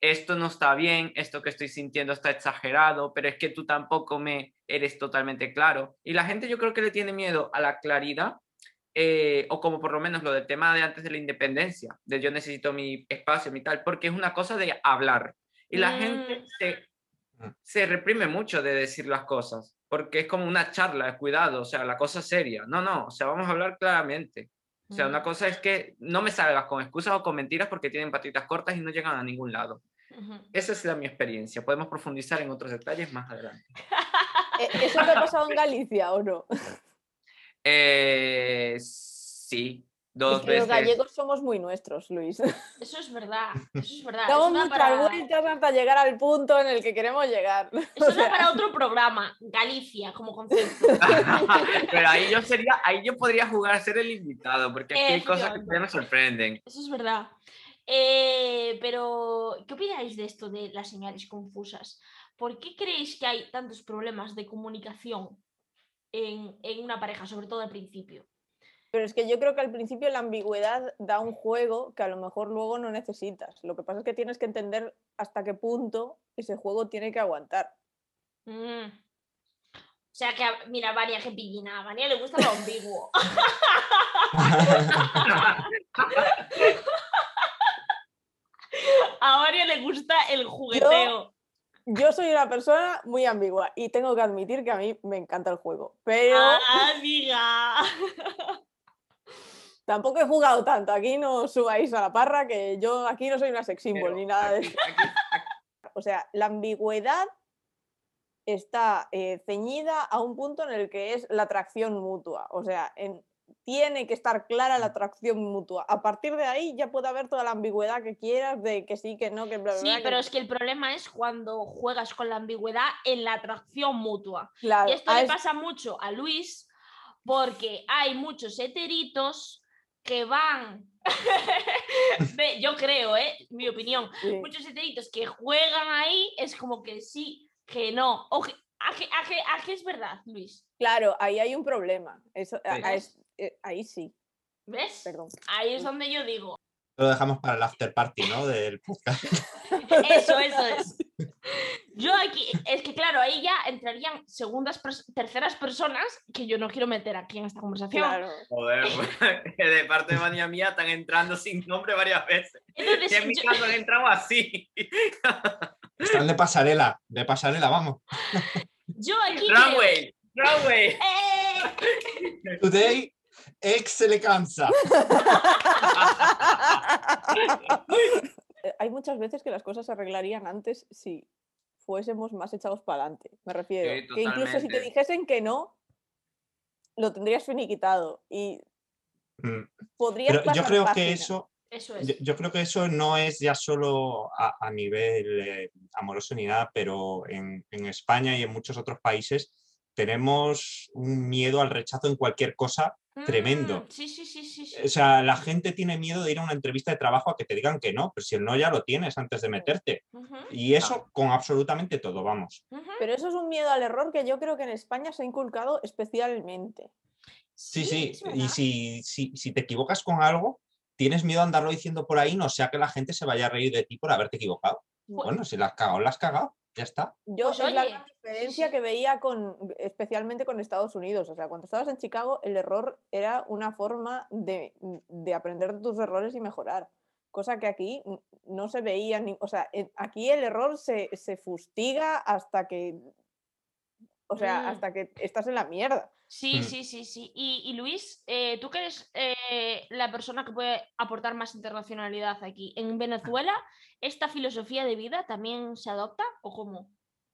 esto no está bien, esto que estoy sintiendo está exagerado, pero es que tú tampoco me eres totalmente claro. Y la gente yo creo que le tiene miedo a la claridad, eh, o como por lo menos lo del tema de antes de la independencia, de yo necesito mi espacio, mi tal, porque es una cosa de hablar. Y la Mm. gente se, se reprime mucho de decir las cosas, porque es como una charla, cuidado, o sea, la cosa seria. No, no, o sea, vamos a hablar claramente. O sea, una cosa es que no me salgas con excusas o con mentiras porque tienen patitas cortas y no llegan a ningún lado. Ujú. Esa es la mi experiencia. Podemos profundizar en otros detalles más adelante. Eh, ¿Eso te ha pasado en Galicia o no? Eh, sí, dos Es que los veces. gallegos somos muy nuestros, Luis. Eso es verdad, eso es verdad. Damos Eso da muchas para, vueltas hasta llegar al punto en el que queremos llegar. eso O da sea, para otro programa, Galicia como concepto. Pero ahí yo sería, ahí yo podría jugar a ser el invitado, porque es que hay cosas que Efectivamente. ya me sorprenden. Eso es verdad. Eh, pero, ¿qué opináis de esto de las señales confusas? ¿Por qué creéis que hay tantos problemas de comunicación en, en una pareja, sobre todo al principio? pero es que yo creo que al principio la ambigüedad da un juego que a lo mejor luego no necesitas. Lo que pasa es que tienes que entender hasta qué punto ese juego tiene que aguantar. Mm. O sea que, a- mira, Vania, que pillina. A Vania le gusta lo ambiguo. A Vania le gusta el jugueteo. Yo soy una persona muy ambigua y tengo que admitir que a mí me encanta el juego, pero Ah, amiga. tampoco he jugado tanto. Aquí no subáis a la parra, que yo aquí no soy una sex symbol Pero ni nada de aquí- eso. aquí- aquí- O sea, la ambigüedad está eh, ceñida a un punto en el que es la atracción mutua. O sea, en- tiene que estar clara la atracción mutua. A partir de ahí ya puede haber toda la ambigüedad que quieras, de que sí, que no, que bla, bla, Sí, bla, pero que... es que el problema es cuando juegas con la ambigüedad en la atracción mutua. Claro, Y esto a le es- pasa mucho a Luis porque hay muchos heteritos que van, Ve, yo creo, ¿eh? Mi opinión, sí. muchos heteritos que juegan ahí es como que sí, que no. O que, a, que, a, que, a que es verdad, Luis. Claro, ahí hay un problema. Eso, a- a ¿Ves? es- eh, ahí sí, ¿Ves? perdón. Ahí es donde yo digo. Lo dejamos para el after party, ¿no? Del podcast. Eso, eso es. Yo aquí, es que claro, ahí ya entrarían segundas, pers- terceras personas que yo no quiero meter aquí en esta conversación. Claro. Joder, que de parte de Vania mía están entrando sin nombre varias veces. Entonces, Y en mi yo- caso han entrado así. Están de pasarela, de pasarela, vamos. yo aquí creo- Runway, runway. ¡Eh! Today, ex se le cansa. Eh, Hay muchas veces que las cosas se arreglarían antes si fuésemos más echados para adelante. Me refiero. Sí, que incluso si te totalmente. dijesen que no, lo tendrías finiquitado y Mm. podrías Pero yo pasar creo que página. eso, Eso es. yo, yo creo que eso no es ya solo a, a nivel eh, amoroso ni nada, pero en, en España y en muchos otros países tenemos un miedo al rechazo en cualquier cosa tremendo. Mm, sí, sí, sí, sí, sí. O sea, la gente tiene miedo de ir a una entrevista de trabajo a que te digan que no, pero si el no ya lo tienes antes de meterte. Ujú, Y eso con absolutamente todo, vamos. ujú. Pero eso es un miedo al error que yo creo que en España se ha inculcado especialmente. Sí, sí, es verdad. y si, si, si te equivocas con algo, tienes miedo a andarlo diciendo por ahí, no sea que la gente se vaya a reír de ti por haberte equivocado. Pues- Bueno, si la has cagado, la has cagado, ya está. Yo Pues es la oye, gran diferencia sí, sí. que veía con, especialmente con Estados Unidos. O sea, cuando estabas en Chicago, el error era una forma de, de aprender de tus errores y mejorar. Cosa que aquí n- no se veía. Ni, o sea, en- aquí el error se, se fustiga hasta que. O sea, Mm. hasta que estás en la mierda. Sí, Mm. sí, sí, sí. Y, y Luis, eh, ¿tú que eres eh, la persona que puede aportar más internacionalidad aquí? ¿En Venezuela esta filosofía de vida también se adopta o cómo?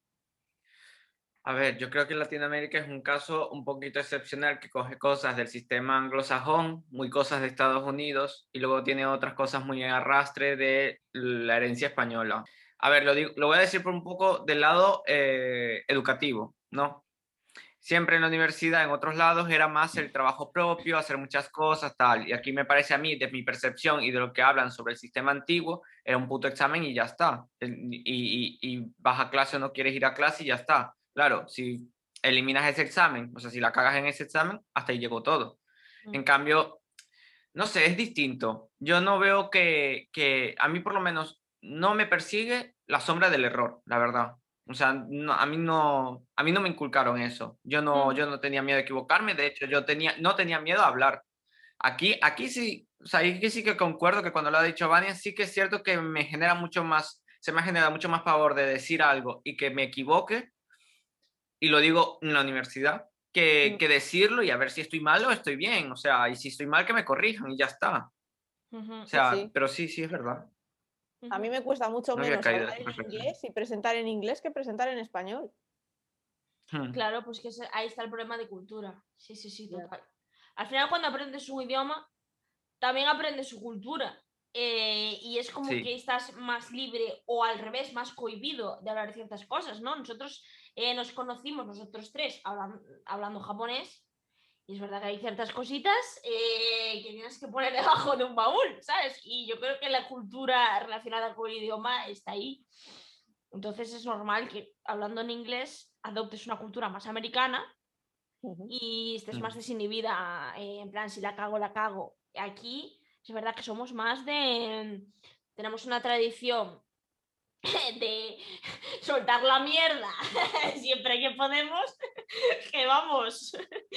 A ver, yo creo que Latinoamérica es un caso un poquito excepcional que coge cosas del sistema anglosajón, muy cosas de Estados Unidos, y luego tiene otras cosas muy en arrastre de la herencia española. A ver, lo, digo, lo voy a decir por un poco del lado eh, educativo, ¿no? Siempre en la universidad, en otros lados, era más el trabajo propio, hacer muchas cosas, tal. Y aquí me parece a mí, de mi percepción y de lo que hablan sobre el sistema antiguo, era un puto examen y ya está. Y, y, y vas a clase o no quieres ir a clase y ya está. Claro, si eliminas ese examen, o sea, si la cagas en ese examen, hasta ahí llegó todo. Mm. En cambio, no sé, es distinto. Yo no veo que, que, a mí por lo menos, no me persigue la sombra del error, la verdad. O sea, no, a, mí no, a mí no me inculcaron eso. Yo no, Mm. yo no tenía miedo de equivocarme, de hecho, yo tenía, no tenía miedo a hablar. Aquí, aquí sí, o sea, aquí sí que concuerdo que cuando lo ha dicho Vania, sí que es cierto que me genera mucho más, se me genera mucho más pavor de decir algo y que me equivoque, y lo digo en la universidad, que, Mm. que decirlo y a ver si estoy mal o estoy bien. O sea, y si estoy mal, que me corrijan y ya está. Ujú, O sea, sí. pero sí, sí es verdad. A mí ujú. me cuesta mucho No había menos caído hablar en en esa reflexión. inglés y presentar en inglés que presentar en español. Hmm. Claro, pues que ese- ahí está el problema de cultura. Sí, sí, sí, Ya. total. Al final, cuando aprendes un idioma, también aprendes su cultura. Eh, y es como Sí. que estás más libre o al revés, más cohibido de hablar de ciertas cosas, ¿no? Nosotros eh, nos conocimos, nosotros tres, hablan- hablando japonés, y es verdad que hay ciertas cositas eh, que tienes que poner debajo de un baúl, ¿sabes? Y yo creo que la cultura relacionada con el idioma está ahí. Entonces es normal que hablando en inglés adoptes una cultura más americana Ujú. y estés Mm. más desinhibida, eh, en plan, si la cago, la cago. Aquí es verdad que somos más de... Tenemos una tradición de soltar la mierda siempre que podemos, que vamos.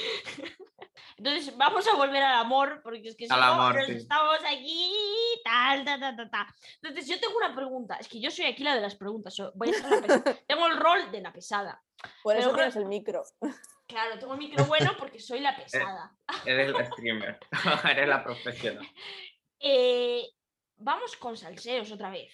Entonces vamos a volver al amor, porque es que si Al no, amor, nos sí. estamos aquí, tal, tal, tal, tal, tal. Entonces yo tengo una pregunta, es que yo soy aquí la de las preguntas, so- voy a ser la pesada. Tengo el rol de la pesada. Por Pero eso creo- tienes el micro. Claro, tengo el micro bueno porque soy la pesada. Eres la streamer. Eres la profesional. Eh, vamos con salseos otra vez.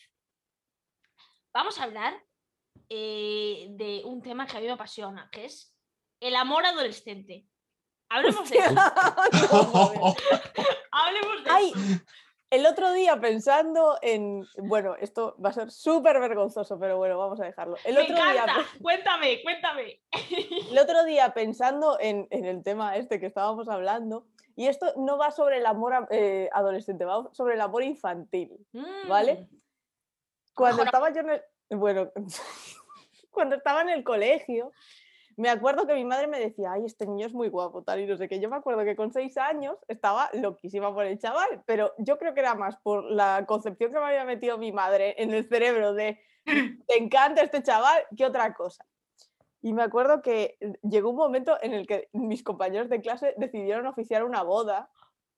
Vamos a hablar eh, de un tema que a mí me apasiona, que es el amor adolescente. Hablemos de eso. No, joder. Hablemos de Ay, eso. el otro día pensando en... Bueno, esto va a ser súper vergonzoso, pero bueno, vamos a dejarlo. El Me otro encanta. día, Cuéntame, cuéntame. el otro día pensando en, en el tema este que estábamos hablando, y esto no va sobre el amor eh, adolescente, va sobre el amor infantil, ¿vale? Mm. Cuando Mejor- estaba yo en el... Bueno, cuando estaba en el colegio, me acuerdo que mi madre me decía, ay, este niño es muy guapo, tal y no sé qué. Yo me acuerdo que con seis años estaba loquísima por el chaval, pero yo creo que era más por la concepción que me había metido mi madre en el cerebro de, te encanta este chaval, que otra cosa. Y me acuerdo que llegó un momento en el que mis compañeros de clase decidieron oficiar una boda.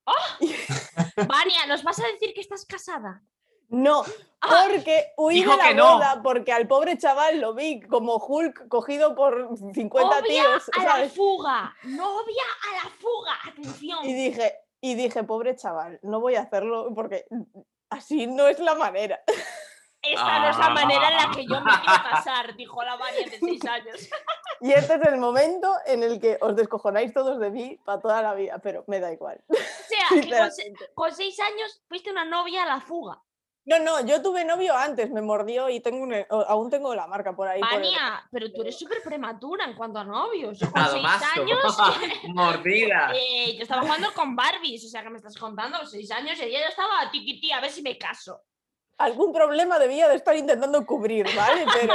Vania, ¿nos vas a decir que estás casada? No, Ah, porque huí dijo de la que no. boda porque al pobre chaval lo vi como Hulk cogido por cincuenta novia tíos, a la ¿sabes? fuga. Novia a la fuga. Atención. Y dije, y dije, pobre chaval, no voy a hacerlo porque así no es la manera. Esta no es la manera en la Ah. que yo me quiero casar, dijo la Vania de seis años. Y este es el momento en el que os descojonáis todos de mí para toda la vida, pero me da igual. O sea, que con, se- Sinceramente. con seis años fuiste una novia a la fuga. No, no, yo tuve novio antes, me mordió y tengo un- o- aún tengo la marca por ahí. por el- Vania, pero tú eres súper prematura en cuanto a novios. Yo con seis Sadomaso. años, Mordida. eh, yo estaba jugando con Barbies, o sea, que me estás contando, a los seis años y ella ya estaba tiquití, a ver si me caso. Algún problema debía de estar intentando cubrir, ¿vale? Pero...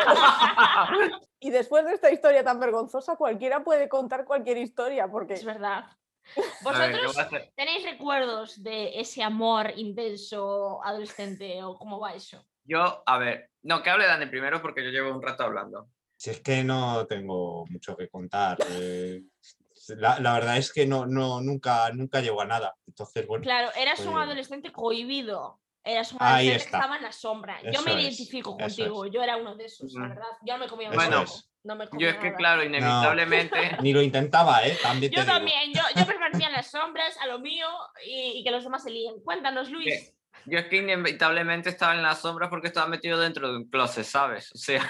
Y después de esta historia tan vergonzosa, cualquiera puede contar cualquier historia, porque... Es verdad. A ver, ¿qué ¿Vosotros voy a hacer? tenéis recuerdos de ese amor intenso adolescente o cómo va eso? Yo, a ver, no, que hable Dani primero porque yo llevo un rato hablando. Si es que no tengo mucho que contar. eh, la, la verdad es que no, no, nunca, nunca llegó a nada. Entonces, bueno, Claro, eras un pues- adolescente cohibido. Eras un Ahí adolescente que está. estaba en la sombra. Yo me Eso es, identifico eso contigo. es. Yo era uno de esos, la Mm. verdad. Yo no me comía un Eso huevo, es. no me Yo comía es que, nada. claro, inevitablemente... Ni lo intentaba, ¿eh? También te Yo digo. también, yo, yo permanecía en las sombras, a lo mío, y, y que los demás se líen. Cuéntanos, Luis. Yo es que inevitablemente estaba en las sombras porque estaba metido dentro de un closet, ¿sabes? O sea...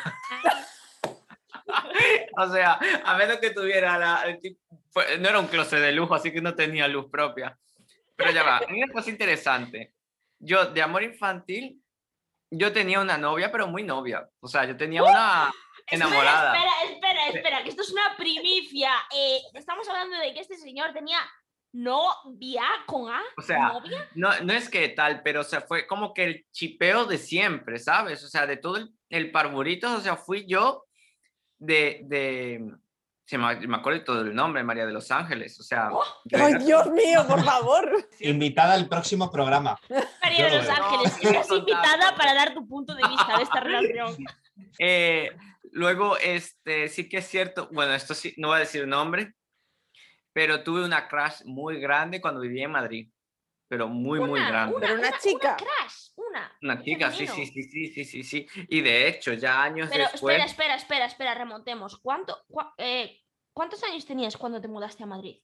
O sea, a menos que tuviera la... el tip- fue- no era un closet de lujo, así que no tenía luz propia. Pero ya va, hay una cosa interesante. Yo, de amor infantil, yo tenía una novia, pero muy novia. O sea, yo tenía una enamorada. Espera, espera, espera, espera, que esto es una primicia. Eh, estamos hablando de que este señor tenía novia con A. O sea, ¿Novia? no, no es que tal, pero o sea, fue como que el chipeo de siempre, ¿sabes? O sea, de todo el, el parvurito, o sea, fui yo de, de, Sí, me, me acuerdo de todo el nombre, María de los Ángeles, o sea... ¡Ay, Dios mío, por favor! Invitada al próximo programa. María Yo de lo Los veo. Ángeles, No, estás sí, invitada contacto. para dar tu punto de vista de esta relación. Eh, luego, este, sí que es cierto, bueno, esto sí, no voy a decir nombre, pero tuve una crush muy grande cuando vivía en Madrid, pero muy, muy Una, grande. Pero una chica. crash, una. Una chica, sí, femenino. sí, sí, sí, sí, sí, sí. Y de hecho, ya años Pero después, espera, espera, espera, espera, remontemos. ¿Cuánto, cua- eh, ¿Cuántos años tenías cuando te mudaste a Madrid?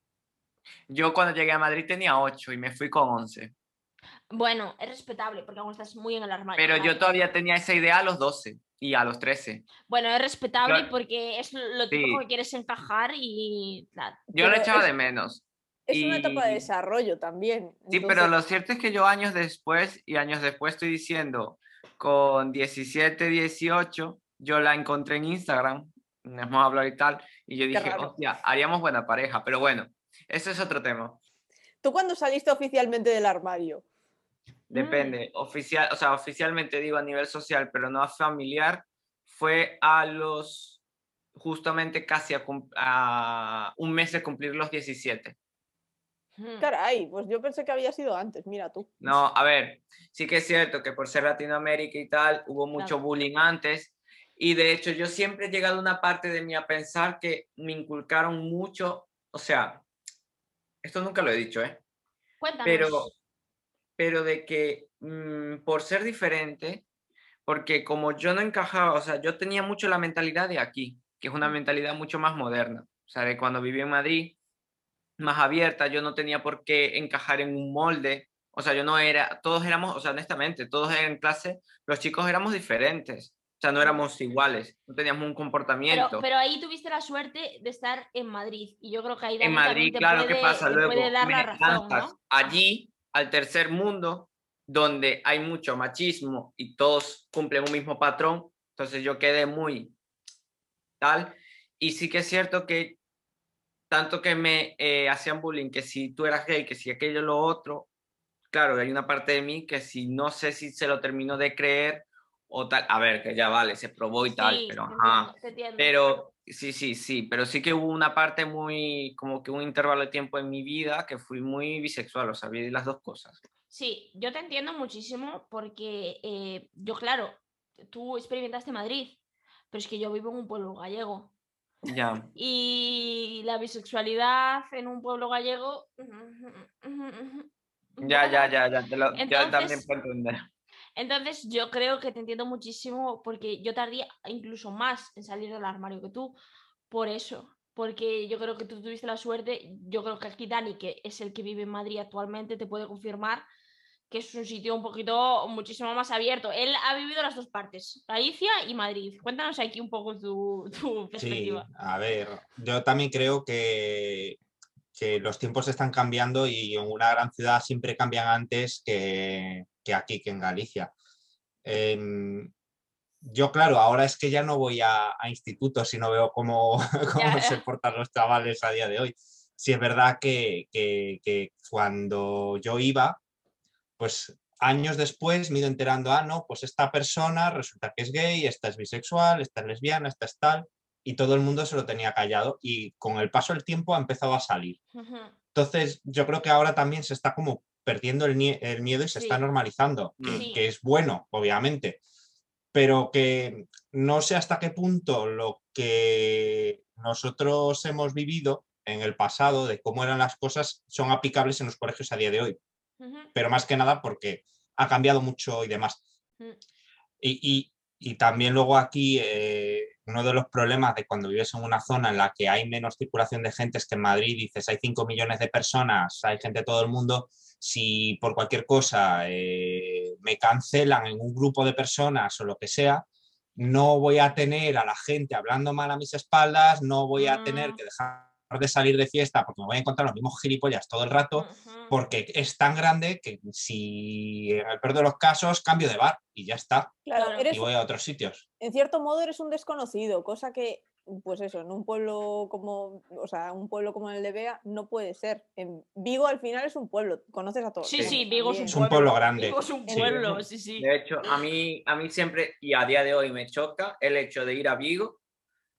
yo cuando llegué a Madrid tenía ocho y me fui con once. Bueno, es respetable porque aún estás muy en el armario. Pero yo vale. todavía tenía esa idea a los doce y a los trece. Bueno, es respetable Yo- porque es lo típico que Sí, quieres encajar y... claro. yo lo Pero echaba es, de menos. es una etapa de Y desarrollo también. sí, pero Entonces, lo cierto es que yo años después, y años después estoy diciendo, con diecisiete, dieciocho, yo la encontré en Instagram, nos hemos hablado y tal, y yo qué dije, raro. hostia, haríamos buena pareja, pero bueno, eso es otro tema. ¿Tú cuándo saliste oficialmente del armario? Depende, oficial, o sea, oficialmente digo a nivel social, pero no a familiar, fue a los, justamente casi a, cum- a un mes de cumplir los diecisiete. Mm. Caray, pues yo pensé que había sido antes, mira tú. No, a ver, sí que es cierto que por ser Latinoamérica y tal, hubo mucho Claro. bullying antes. Y de hecho, yo siempre he llegado a una parte de mí a pensar que me inculcaron mucho, o sea, esto nunca lo he dicho, ¿eh? Cuéntanos. Pero, pero de que mm, por ser diferente, porque como yo no encajaba, o sea, yo tenía mucho la mentalidad de aquí, que es una Mm. mentalidad mucho más moderna, o sea, de cuando viví en Madrid, más abierta, yo no tenía por qué encajar en un molde, o sea, yo no era, todos éramos, o sea, honestamente, todos en clase, los chicos éramos diferentes, o sea, no éramos iguales, no teníamos un Pero, comportamiento. pero ahí tuviste la suerte de estar en Madrid y yo creo que ahí En Dani también Madrid, te claro, ¿qué puede, pasa? te puede Luego dar la me razón, lanzas ¿no? allí, al tercer mundo, donde hay mucho machismo y todos cumplen un mismo patrón, entonces yo quedé muy tal, y sí que es cierto que tanto que me eh, hacían bullying, que si tú eras gay, que si aquello, lo otro, claro, hay una parte de mí que si no sé si se lo termino de creer o tal, a ver, que ya vale, se probó y tal, Sí, pero te ajá, entiendo, te entiendo. pero sí, sí, sí, pero sí que hubo una parte muy, como que un intervalo de tiempo en mi vida que fui muy bisexual, o sea, vi las dos cosas. Sí, yo te entiendo muchísimo porque eh, yo, claro, tú experimentaste Madrid, pero es que yo vivo en un pueblo gallego. Ya, Y la bisexualidad en un pueblo gallego. ya, ya, Bueno, ya, ya, te lo, ya también entonces, puedo entender. entonces yo creo que te entiendo muchísimo porque yo tardía incluso más en salir del armario que tú. Por eso, porque yo creo que tú tuviste la suerte. Yo creo que aquí Dani, que es el que vive en Madrid actualmente, te puede confirmar que es un sitio un poquito, muchísimo más abierto. Él ha vivido las dos partes, Galicia y Madrid. Cuéntanos aquí un poco tu, tu Sí, perspectiva. a ver, yo también creo que, que los tiempos están cambiando y en una gran ciudad siempre cambian antes que, que aquí, que en Galicia. Em, yo, claro, ahora es que ya no voy a, a institutos y no veo cómo, cómo Ya, se portan los chavales a día de hoy. Sí es verdad que, que, que cuando yo iba, pues años después me he ido enterando, ah, no, pues esta persona resulta que es gay, esta es bisexual, esta es lesbiana, esta es tal, y todo el mundo se lo tenía callado y con el paso del tiempo ha empezado a salir. Ujú. Entonces, yo creo que ahora también se está como perdiendo el, nie- el miedo y se Sí. está normalizando, que, Sí. que es bueno, obviamente, pero que no sé hasta qué punto lo que nosotros hemos vivido en el pasado de cómo eran las cosas son aplicables en los colegios a día de hoy, Ujú. pero más que nada porque ha cambiado mucho y demás. Mm. Y, y, y también luego aquí eh, uno de los problemas de cuando vives en una zona en la que hay menos circulación de gente es que en Madrid dices hay cinco millones de personas, hay gente de todo el mundo, si por cualquier cosa eh, me cancelan en un grupo de personas o lo que sea, no voy a tener a la gente hablando mal a mis espaldas, no voy a tener Mm. que dejar de salir de fiesta porque me voy a encontrar los mismos gilipollas todo el rato, Ujú. porque es tan grande que si en el peor de los casos cambio de bar y ya está, Claro, Claro. eres, y voy a otros sitios. en cierto modo eres un desconocido, cosa que, pues eso, en un pueblo como, o sea, un pueblo como el de Bea no puede ser. En Vigo al final es un pueblo, conoces a todo Sí, el sí, mundo Vigo es un también. Es un pueblo grande. Vigo es un Sí. pueblo, sí, sí. De hecho, a mí, a mí siempre, y a día de hoy me choca el hecho de ir a Vigo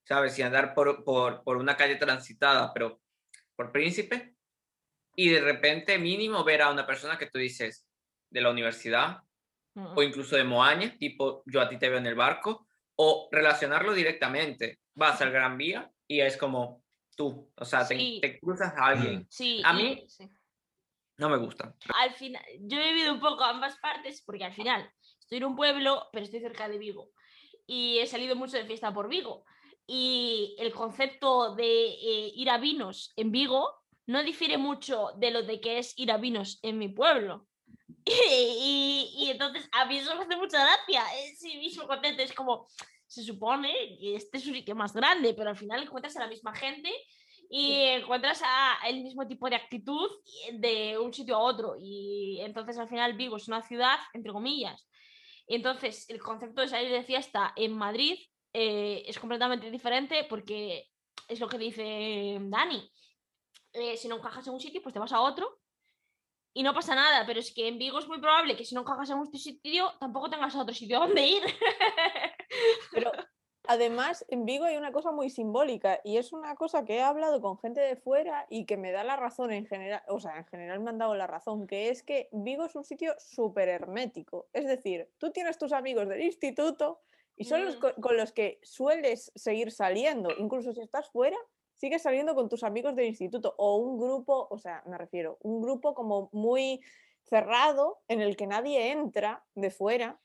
¿sabes? Y andar por, por, por una calle transitada, pero por Príncipe, y de repente mínimo ver a una persona que tú dices de la universidad Mm. o incluso de Moaña, tipo yo a ti te veo en el barco, o relacionarlo directamente. Vas al Gran Vía y es como tú, o sea, te, Sí, te cruzas a alguien. Mm. sí, A y- mí sí. no me gusta. Al final, yo he vivido un poco ambas partes, porque al final estoy en un pueblo, pero estoy cerca de Vigo. Y he salido mucho de fiesta por Vigo. Y el concepto de eh, ir a vinos en Vigo no difiere mucho de lo de que es ir a vinos en mi pueblo. Y, y, y entonces a mí eso me hace mucha gracia. Ese mismo contento es como, se supone que este es un sitio más grande, pero al final encuentras a la misma gente y encuentras a, el mismo tipo de actitud de un sitio a otro. Y entonces al final Vigo es una ciudad, entre comillas. Y entonces el concepto de salir de fiesta en Madrid eh, es completamente diferente porque es lo que dice Dani. Eh, si no encajas en un sitio, pues te vas a otro y no pasa nada, pero es que en Vigo es muy probable que si no encajas en un sitio, tampoco tengas otro sitio donde ir. Pero además, en Vigo hay una cosa muy simbólica y es una cosa que he hablado con gente de fuera y que me da la razón en general, o sea, en general me han dado la razón, que es que Vigo es un sitio súper hermético. Es decir, tú tienes tus amigos del instituto y son los Mm. co- con los que sueles seguir saliendo. Incluso si estás fuera, sigues saliendo con tus amigos del instituto o un grupo, o sea, me refiero, un grupo como muy cerrado en el que nadie entra de fuera.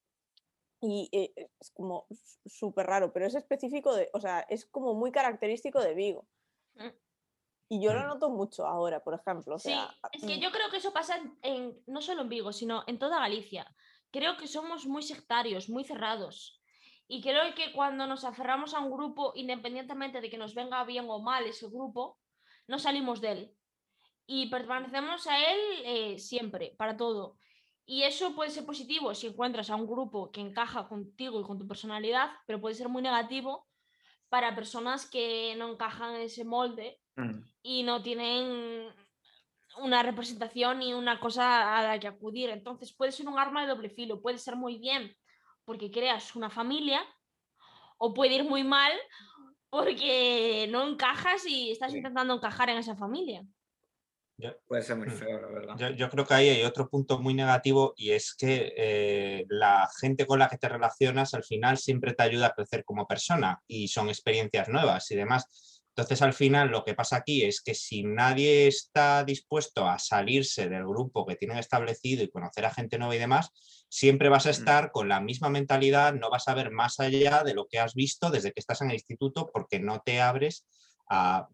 Y eh, es como súper raro, pero es específico de, o sea, es como muy característico de Vigo. Mm. Y yo lo Mm. noto mucho ahora, por ejemplo. O Sí, sea, es que yo creo que eso pasa en, en- no solo en Vigo, sino en toda Galicia. Creo que somos muy sectarios, muy cerrados. Y creo que cuando nos aferramos a un grupo, independientemente de que nos venga bien o mal ese grupo, no salimos de él. Y permanecemos a él eh, siempre, para todo. Y eso puede ser positivo si encuentras a un grupo que encaja contigo y con tu personalidad, pero puede ser muy negativo para personas que no encajan en ese molde Mm. y no tienen una representación ni una cosa a la que acudir. Entonces puede ser un arma de doble filo, puede ser muy bien porque creas una familia o puede ir muy mal porque no encajas y estás Sí. intentando encajar en esa familia. Yo, Puede ser muy Mm. feo, la verdad. yo- yo creo que ahí hay otro punto muy negativo y es que eh, la gente con la que te relacionas al final siempre te ayuda a crecer como persona y son experiencias nuevas y demás. Entonces al final lo que pasa aquí es que si nadie está dispuesto a salirse del grupo que tienen establecido y conocer a gente nueva y demás, siempre vas a estar con la misma mentalidad, no vas a ver más allá de lo que has visto desde que estás en el instituto porque no te abres a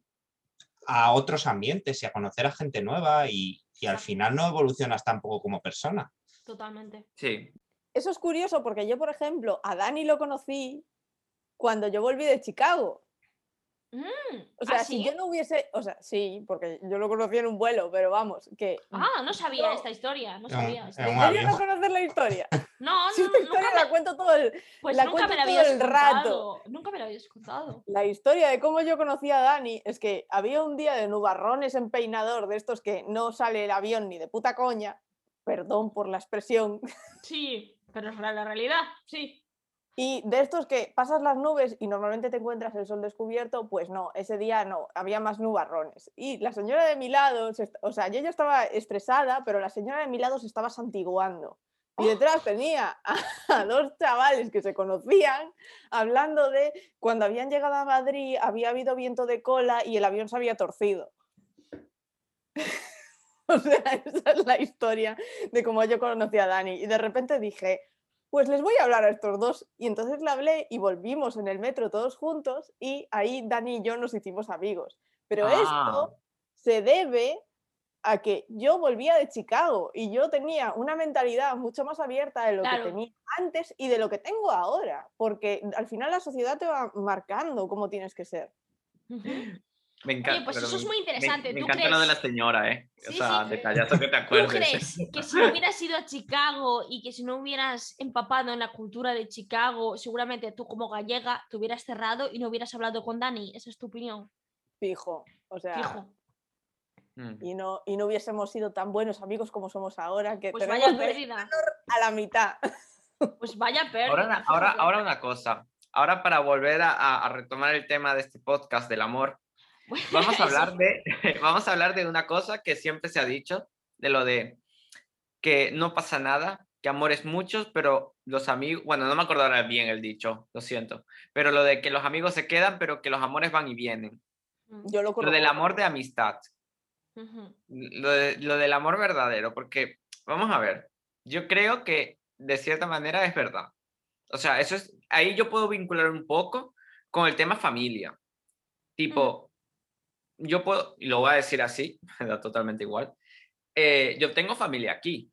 a otros ambientes y a conocer a gente nueva y, y al Exacto. final no evolucionas tampoco como persona. Totalmente. Sí. eso es curioso porque yo, por ejemplo, a Dani lo conocí cuando yo volví de Chicago. Mm, O sea, ¿ah, si sí? yo no hubiese, o sea, sí, porque yo lo conocí en un vuelo, pero vamos, que... Ah, no sabía yo- esta historia, no En un- sabía. esta en un ¿En historia. serio avión. no conoces la historia? No, Si no, esta historia nunca la me... cuento todo el, Pues la nunca me cuento la todo habías el rato. contado. Nunca me la habías contado. La historia de cómo yo conocí a Dani es que había un día de nubarrones en Peinador, de estos que no sale el avión ni de puta coña, perdón por la expresión, Sí, pero es la, la realidad, sí. y de estos que pasas las nubes y normalmente te encuentras el sol descubierto, pues no, ese día no, había más nubarrones. Y la señora de mi lado, se est- o sea, yo ya estaba estresada, pero la señora de mi lado se estaba santiguando. Y detrás tenía a, a dos chavales que se conocían hablando de cuando habían llegado a Madrid, había habido viento de cola y el avión se había torcido. O sea, esa es la historia de cómo yo conocí a Dani. Y de repente dije, pues les voy a hablar a estos dos. Y entonces le hablé y volvimos en el metro todos juntos y ahí Dani y yo nos hicimos amigos. Pero Ah, esto se debe a que yo volvía de Chicago y yo tenía una mentalidad mucho más abierta de lo Claro. que tenía antes y de lo que tengo ahora, porque al final la sociedad te va marcando cómo tienes que ser. Ujú. me encanta. Oye, pues pero eso es me- muy interesante. Me, me ¿Tú encanta crees? lo de la señora, ¿eh? O Sí, sea, sí. detallazo que te ¿Tú acuerdes. crees que si no hubieras ido a Chicago y que si no hubieras empapado en la cultura de Chicago, seguramente tú como gallega te hubieras cerrado y no hubieras hablado con Dani? Esa es tu opinión. Fijo, o sea, Fijo. Mm. y no, y no hubiésemos sido tan buenos amigos como somos ahora, que Pues tenemos vaya de pérdida. a la mitad. Pues vaya pérdida. Ahora, una- ahora, fíjate. ahora una cosa. ahora para volver a, a- a retomar el tema de este podcast del amor, vamos a hablar de, vamos a hablar de una cosa que siempre se ha dicho, de lo de que no pasa nada, que amores muchos, pero los amigos, bueno, no me acuerdo ahora bien el dicho, lo siento, pero lo de que los amigos se quedan, pero que los amores van y vienen. Yo lo Lo del corroboro. amor de amistad, Ujú. lo, de- lo del amor verdadero, porque vamos a ver, yo creo que de cierta manera es verdad. O sea, eso es, ahí yo puedo vincular un poco con el tema familia. Tipo, yo puedo, y lo voy a decir así, me da totalmente igual, eh, yo tengo familia aquí,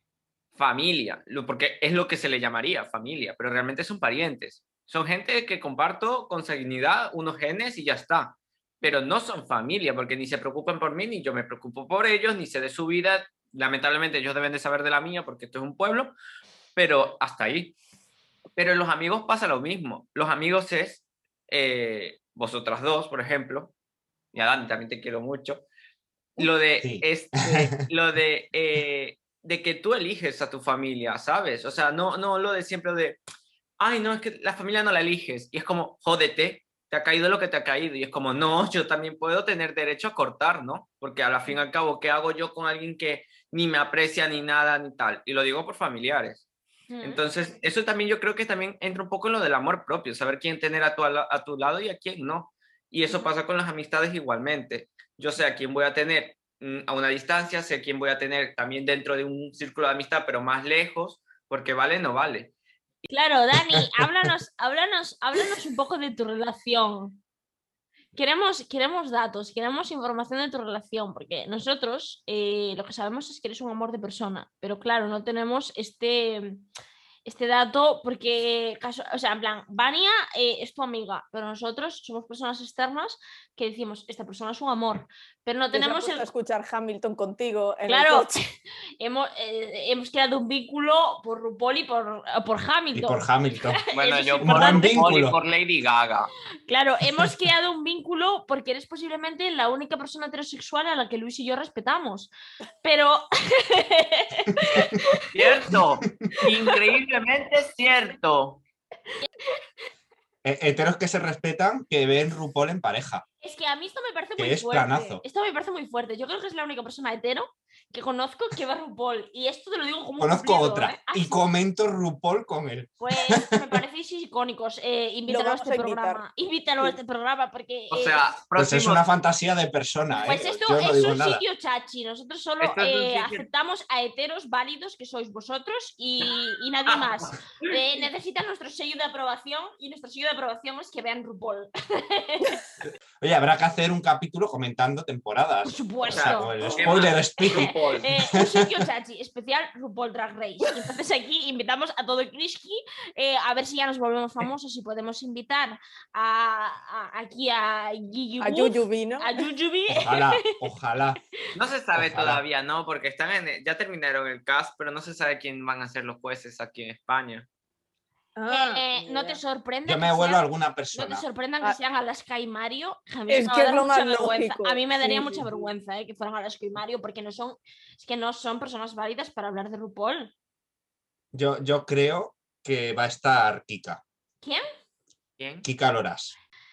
familia, lo- porque es lo que se le llamaría familia, pero realmente son parientes. Son gente que comparto consanguinidad, unos genes y ya está. Pero no son familia, porque ni se preocupan por mí, ni yo me preocupo por ellos, ni sé de su vida. Lamentablemente ellos deben de saber de la mía porque esto es un pueblo, pero hasta ahí. Pero en los amigos pasa lo mismo. Los amigos es eh, vosotras dos, por ejemplo, y a Dani también te quiero mucho. Lo de, Sí. este, lo de, eh, de que tú eliges a tu familia, ¿sabes? O sea, no, no lo de siempre de, ay, no, es que la familia no la eliges. Y es como, jódete, te ha caído lo que te ha caído. Y es como, no, yo también puedo tener derecho a cortar, ¿no? Porque a la fin y al cabo, ¿qué hago yo con alguien que ni me aprecia ni nada ni tal? Y lo digo por familiares. Ujú. Entonces, eso también yo creo que también entra un poco en lo del amor propio, saber quién tener a tu, ala- a tu lado y a quién no. Y eso pasa con las amistades igualmente. Yo sé a quién voy a tener mm, a una distancia, sé a quién voy a tener también dentro de un círculo de amistad, pero más lejos, porque vale, no vale. Claro, Dani, háblanos, háblanos, háblanos un poco de tu relación. Queremos, queremos datos, queremos información de tu relación, porque nosotros eh, lo que sabemos es que eres un amor de persona, pero claro, no tenemos este, este dato porque, caso- o sea, en plan, Vania eh, es tu amiga, pero nosotros somos personas externas que decimos, esta persona es un amor, pero no Que se ha tenemos puesto el... a escuchar Hamilton contigo en Claro, el coche. hemos, eh, hemos creado un vínculo por RuPaul y por, por Y Hamilton. por Hamilton. Bueno, Eso es yo Un por buen importante. RuPaul y vínculo. por Lady Gaga. Claro, hemos creado un vínculo porque eres posiblemente la única persona heterosexual a la que Luis y yo respetamos. Pero Cierto, increíblemente cierto. Eh, Heteros que se respetan que ven RuPaul en pareja, es que a mí esto me parece que muy es fuerte. planazo. Esto me parece muy fuerte. Yo creo que es la única persona hetero que conozco que va a RuPaul. Y esto te lo digo como Conozco cumplido, otra ¿eh? Ah, y sí. comento RuPaul con él. Pues me parecéis icónicos. Eh, invítalo a vamos este a invitar. programa. Invítalo a Sí. este programa porque... O eh, sea, Pues es próximo, una fantasía de persona, Pues ¿eh? esto Yo no es digo un nada. sitio chachi. Nosotros solo Esto es un eh, sitio- aceptamos a heteros válidos que sois vosotros y, y nadie más. Eh, necesitan nuestro sello de aprobación y nuestro sello de aprobación es que vean RuPaul. Oye, habrá que hacer un capítulo comentando Por temporadas. supuesto. O sea, con el ¿qué spoiler más? speed. RuPaul. Eh, un sitio chachi, especial RuPaul Drag Race. Y entonces aquí invitamos a todo el Krishki eh, a ver si ya nos volvemos famosos y podemos invitar a, a- aquí a Gigi A Wolf, Yuyu vino. a Jujubi. Ojalá, ojalá. No se sabe Ojalá. todavía, ¿no? Porque están en, ya terminaron el cast, pero no se sabe quién van a ser los jueces aquí en España. Ah, Eh, ni no te idea. sorprenda Yo que me vuelo a sean, alguna no te persona. sorprendan que Ah. sean Alaska y Mario. que a mí Es me va que a es dar lo mucha más vergüenza. lógico, A mí me daría sí, mucha sí, sí. vergüenza eh, que fueran Alaska y Mario porque no son, es que no son personas válidas para hablar de RuPaul. Yo, yo creo que va a estar Kika. ¿Quién? ¿Quién? Kika Loras.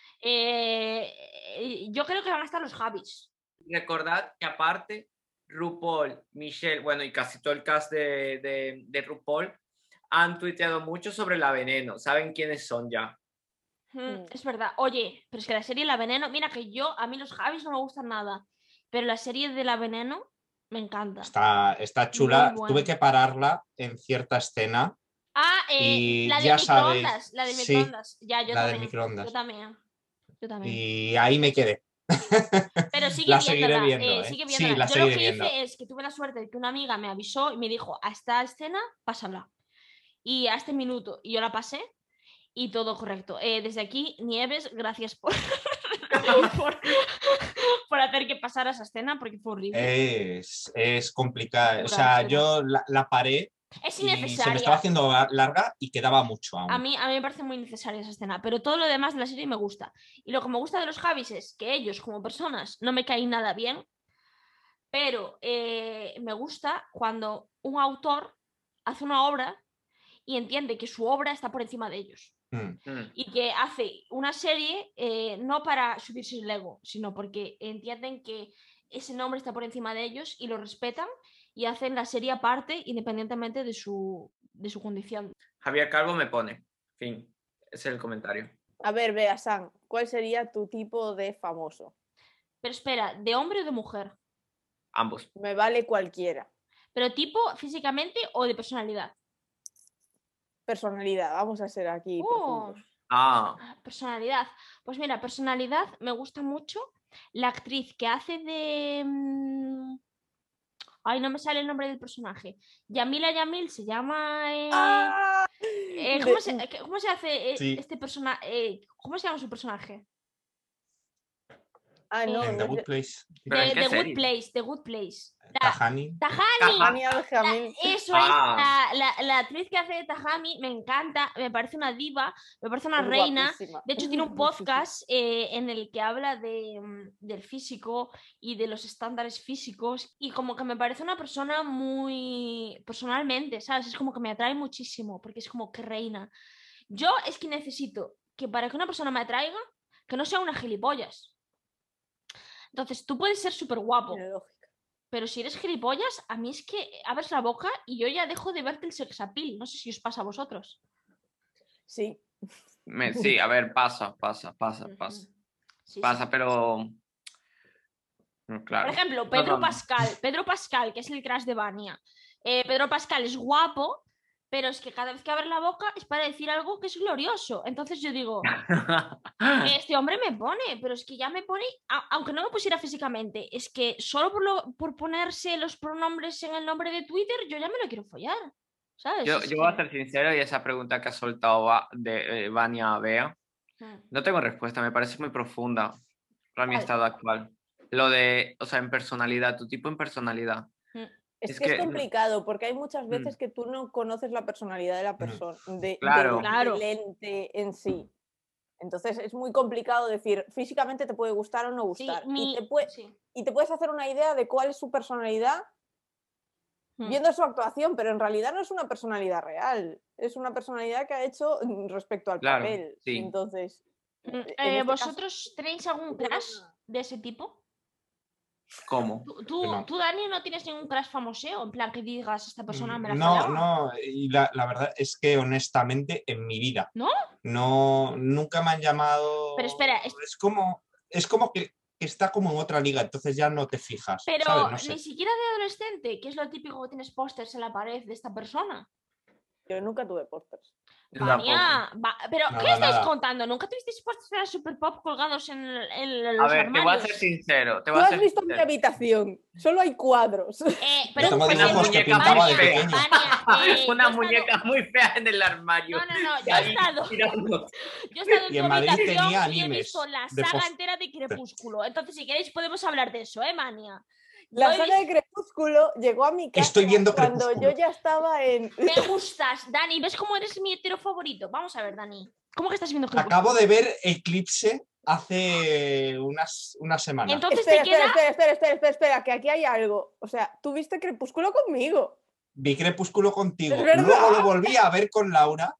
Eh, yo creo que van a estar los Javis. Recordad que aparte, RuPaul, Michelle, bueno, y casi todo el cast de, de, de RuPaul han tuiteado mucho sobre la Veneno. ¿Saben quiénes son ya? Mm, Mm. Es verdad. Oye, pero es que la serie La Veneno, mira que yo, a mí los Javis no me gustan nada, pero la serie de La Veneno me encanta. Está, está chula. Muy buena. Tuve que pararla en cierta escena. Ah, eh, Y la de ya microondas, sabéis, la de sí, microondas. Ya, yo la del también. microondas. Yo también. Yo también. Y ahí me quedé. Pero sigue La seguiré viéndola, viendo, eh, ¿eh? sigue Sí, viéndola. la Yo lo seguiré que viendo. hice es que tuve la suerte de que una amiga me avisó y me dijo, a esta escena, pásala. Y a este minuto, y yo la pasé y todo correcto. Eh, desde aquí, Nieves, gracias por, por, por hacer que pasara esa escena porque fue horrible. Es, es complicada. O Pura sea, escena. yo la, la paré Es y se me innecesaria. estaba haciendo larga y quedaba mucho aún. A mí, a mí me parece muy necesaria esa escena, pero todo lo demás de la serie me gusta. Y lo que me gusta de los Javis es que ellos, como personas, no me caen nada bien, pero eh, me gusta cuando un autor hace una obra y entiende que su obra está por encima de ellos. Mm. Mm. Y que hace una serie eh, no para subirse el ego, sino porque entienden que ese nombre está por encima de ellos y lo respetan y hacen la serie aparte independientemente de su, de su condición. Javier Calvo me pone. Fin. Ese es el comentario. A ver, Bea San, ¿cuál sería tu tipo de famoso? Pero espera, ¿de hombre o de mujer? Ambos. Me vale cualquiera. ¿Pero tipo físicamente o de personalidad? Personalidad, vamos a ser aquí Oh, profundos. Ah, personalidad. Pues mira, personalidad me gusta mucho la actriz que hace de... mm, Ay, no me sale el nombre del personaje. Yamila Yamil se llama... eh, ¡Ah! eh, ¿cómo, De- se, qué- cómo se hace eh, Sí. este personaje? ¿Cómo se llama su personaje? Ah, no, En no The es Good de- Place. ¿Pero en The, qué The Good serie? Place, The Good Place. La- Tahani. Tahani. Tania Al-Jamil. Eso Ah. es, la, la, la actriz que hace de Tahani me encanta, me parece una diva, me parece una Es reina. guapísima. De hecho, tiene un podcast eh, en el que habla de, mm, del físico y de los estándares físicos y como que me parece una persona muy personalmente, ¿sabes? Es como que me atrae muchísimo porque es como que reina. Yo es que necesito que para que una persona me atraiga, que no sea una gilipollas. Entonces, tú puedes ser súper guapo, Tiene lógica. pero si eres gilipollas, a mí es que abres la boca y yo ya dejo de verte el sex appeal. No sé si os pasa a vosotros. Sí. Me- sí, a ver, pasa, pasa, pasa, Ujú. pasa. Sí, Pasa, sí. pero. No, claro. Por ejemplo, No, Pedro no, no. Pascal. Pedro Pascal, que es el crush de Vania. Eh, Pedro Pascal es guapo, pero es que cada vez que abre la boca es para decir algo que es glorioso. Entonces yo digo, este hombre me pone, pero es que ya me pone, a- aunque no me pusiera físicamente, es que solo por, lo- por ponerse los pronombres en el nombre de Twitter, yo ya me lo quiero follar. ¿Sabes? Yo, Es yo voy a que- ser sincero y esa pregunta que ha soltado Va- de eh, Vania a Bea, Mm. no tengo respuesta, me parece muy profunda para mi ¿Cuál? estado actual. Lo de, o sea, en personalidad, tu tipo en personalidad. Mm. Es, Es que, es que- complicado porque hay muchas Mm. veces que tú no conoces la personalidad de la persona, de, Claro. del- Claro. del ente en sí. Entonces es muy complicado decir, físicamente te puede gustar o no Sí, gustar. mi- Y, te pue- sí. y te puedes hacer una idea de cuál es su personalidad Mm. viendo su actuación, pero en realidad no es una personalidad real. Es una personalidad que ha hecho mm, respecto al Claro, papel. sí. Entonces, Mm, en eh, este ¿Vosotros tenéis algún yo crush no- de ese tipo? ¿Cómo? ¿Tú, tú, No. tú, Dani, no tienes ningún crush famoseo? En plan, que digas, esta persona me la No, follaba. no, y la, la verdad es que honestamente en mi vida. ¿No? No, nunca me han llamado. Pero espera, es- es como, es como que está como en otra liga, entonces ya no te fijas. Pero ¿sabes? No sé. ni siquiera de adolescente, que es lo típico que tienes pósters en la pared de esta persona. yo nunca tuve pósters. Yo tampoco. Vania, va- pero ¿qué Nada, estáis nada. contando? ¿Nunca tuvisteis pósters de la Super Pop colgados en, en A los ver, te voy a armarios? ser sincero. Te Tú voy a has ser visto mi sincero. habitación, solo hay cuadros. Eh, pero tengo pues, dibujos que Vania, pintaba de Vania, pequeño. Vania, eh, yo he Una estado- muñeca muy fea en el armario. No, no, no, Y yo he ahí estado, tirando. yo he estado en Y tu en Madrid habitación tenía y he animes visto la de saga post- entera de Crepúsculo. Entonces, si queréis, podemos hablar de eso, ¿eh, Mania? La Yo he saga de visto- Crepúsculo llegó a mi casa Estoy viendo cuando Crepúsculo. yo ya estaba en... Me gustas, Dani. ¿Ves cómo eres mi hetero favorito? Vamos a ver, Dani. ¿Cómo que estás viendo Crepúsculo? Acabo de ver Eclipse hace unas, unas semanas. Entonces Espera, te espera, queda... espera, espera, espera, espera, espera, que aquí hay algo. O sea, tú viste Crepúsculo conmigo. Vi Crepúsculo contigo. Es verdad. Luego lo volví a ver con Laura.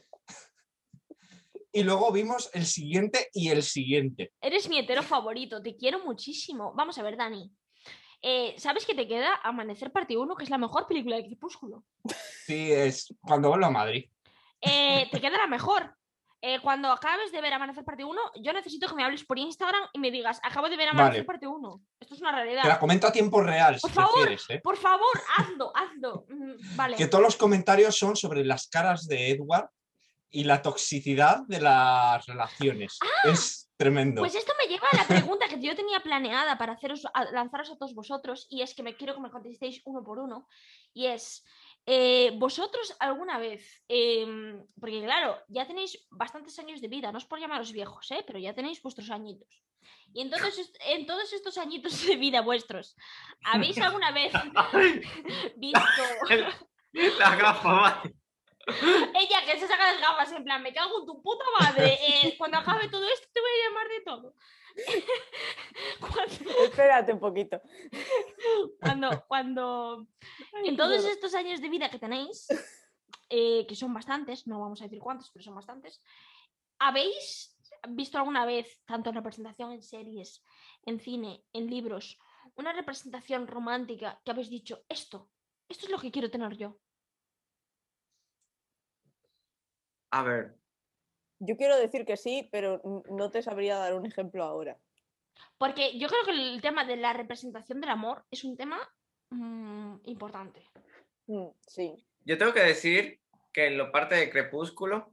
Y luego vimos el siguiente y el siguiente. Eres mi hetero favorito. Te quiero muchísimo. Vamos a ver, Dani. Eh, ¿Sabes que te queda Amanecer parte uno, que es la mejor película de Crepúsculo? Sí, es cuando vuelvo a Madrid. Eh, te queda la mejor. Eh, cuando acabes de ver Amanecer parte uno, yo necesito que me hables por Instagram y me digas, acabo de ver Amanecer Vale. parte uno. Esto es una Te la realidad. comento a tiempo real, si Por favor, prefieres, ¿eh? Por favor, hazlo, hazlo. Mm, Vale. Que todos los comentarios son sobre las caras de Edward y la toxicidad de las relaciones. Es tremendo. Pues esto me lleva a la pregunta que yo tenía planeada para haceros, a lanzaros a todos vosotros, y es que me quiero que me contestéis uno por uno, y es, eh, vosotros alguna vez, eh, porque claro, ya tenéis bastantes años de vida, no es por llamaros viejos, ¿eh? Pero ya tenéis vuestros añitos. Y entonces, est- en todos estos añitos de vida vuestros, ¿habéis alguna vez visto... La gafa, vale. Ella que se saca las gafas en plan, me cago en tu puta madre, eh, cuando acabe todo esto te voy a llamar de todo. Cuando... Espérate un poquito. cuando, cuando Ay, en qué todos horror. estos años de vida que tenéis, eh, que son bastantes, no vamos a decir cuántos, pero son bastantes. ¿Habéis visto alguna vez, tanto en representación en series, en cine, en libros, una representación romántica que habéis dicho, esto, esto es lo que quiero tener yo? A ver, Yo quiero decir que sí, pero no te sabría dar un ejemplo ahora. Porque yo creo que el tema de la representación del amor es un tema mmm, importante. Mm, sí. yo tengo que decir que en la parte de Crepúsculo,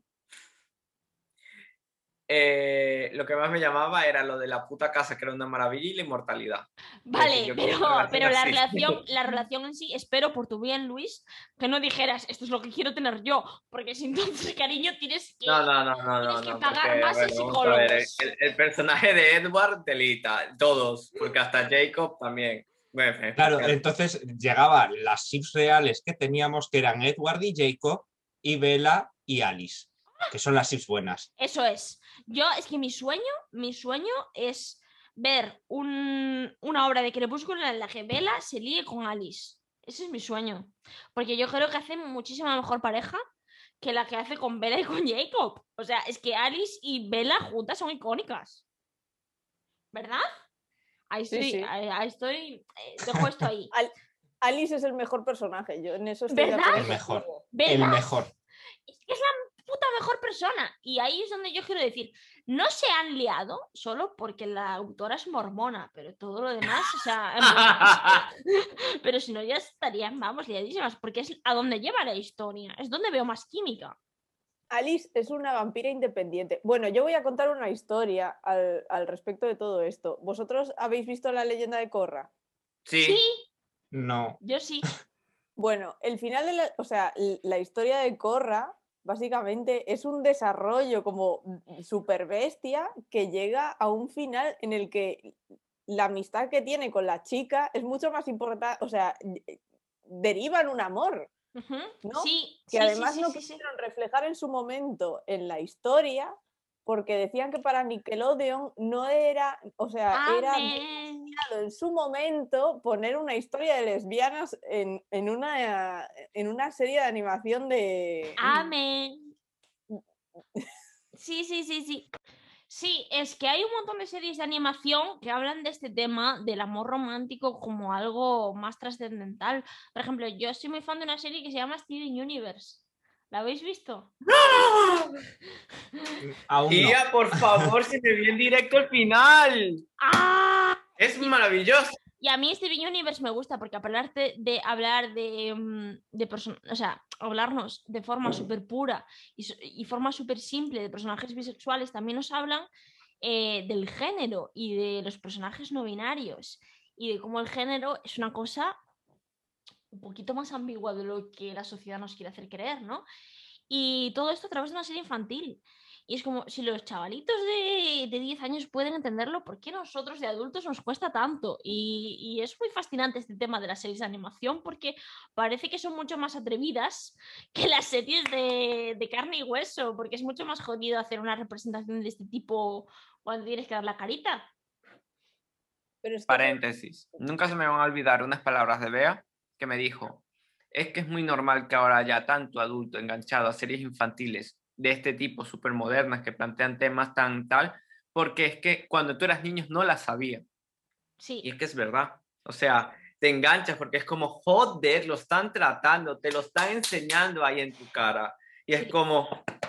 eh, lo que más me llamaba era lo de la puta casa, que era una maravilla, y la inmortalidad. Vale, yo pero, quiero una relación pero la, así. relación, la relación en sí, espero por tu bien, Luis, que no dijeras, esto es lo que quiero tener yo, porque si entonces, cariño, tienes que, No, no, no, no, tienes no, que no, pagar porque, más a en ver, vamos a ver, el, psicólogos. el- el personaje de Edward, delita, todos, porque hasta Jacob también. Bueno, en fin, Claro, porque- entonces llegaban las ships reales que teníamos, que eran Edward y Jacob, y Bella y Alice, que son las ships buenas. Eso es. Yo, es que mi sueño, mi sueño es ver un, una obra de Crepúsculo en la que Bella se líe con Alice. Ese es mi sueño. Porque yo creo que hacen muchísima mejor pareja que la que hace con Bella y con Jacob. O sea, es que Alice y Bella juntas son icónicas. ¿Verdad? Ahí Sí, estoy, sí. ahí, ahí estoy, eh, dejo esto ahí. Al- Alice es el mejor personaje, yo en eso estoy de ¿Verdad? acuerdo El mejor. contigo. ¿Verdad? El mejor. Es que es la puta mejor persona. Y ahí es donde yo quiero decir, no se han liado solo porque la autora es mormona, pero todo lo demás, o sea, en plan, pero si no ya estarían, vamos, liadísimas, porque es a donde lleva la historia, es donde veo más química. Alice es una vampira independiente. Bueno, yo voy a contar una historia al, al respecto de todo esto. ¿Vosotros habéis visto La leyenda de Korra? sí, Sí, No. yo sí. Bueno, el final de la, o sea, l- la historia de Korra básicamente es un desarrollo como super bestia que llega a un final en el que la amistad que tiene con la chica es mucho más importante, o sea, eh, deriva en un amor, Ujú. ¿no? Sí, que sí, además sí, no sí, sí, sí. quisieron reflejar en su momento en la historia porque decían que para Nickelodeon no era, o sea, era Amén. en su momento poner una historia de lesbianas en, en, una, en una serie de animación de... Amén. Sí, sí, sí, sí. Sí, es que hay un montón de series de animación que hablan de este tema del amor romántico como algo más trascendental. Por ejemplo, yo soy muy fan de una serie que se llama Steven Universe. ¿La habéis visto? Aún no. Tía, por favor, se me viene en directo el final. ¡Ah! Es Sí. maravilloso. Y a mí Steven Universe me gusta porque hablarte de hablar de, mm, de person- o sea, hablarnos de forma súper pura y, su- y forma súper simple de personajes bisexuales, también nos hablan eh, del género y de los personajes no binarios y de cómo el género es una cosa un poquito más ambigua de lo que la sociedad nos quiere hacer creer, ¿no? Y todo esto a través de una serie infantil. Y es como, si los chavalitos de, de diez años pueden entenderlo, ¿por qué nosotros de adultos nos cuesta tanto? Y, y es muy fascinante este tema de las series de animación porque parece que son mucho más atrevidas que las series de, de carne y hueso, porque es mucho más jodido hacer una representación de este tipo cuando tienes que dar la carita. Pero es que eso- Paréntesis. Nunca se me van a olvidar unas palabras de Bea que me dijo, es que es muy normal que ahora haya tanto adulto enganchado a series infantiles de este tipo, súper modernas, que plantean temas tan tal, porque es que cuando tú eras niño no las sabía. Y Sí, es que es verdad. O sea, te enganchas porque es como, joder, lo están tratando, te lo están enseñando ahí en tu cara. Y es sí, como,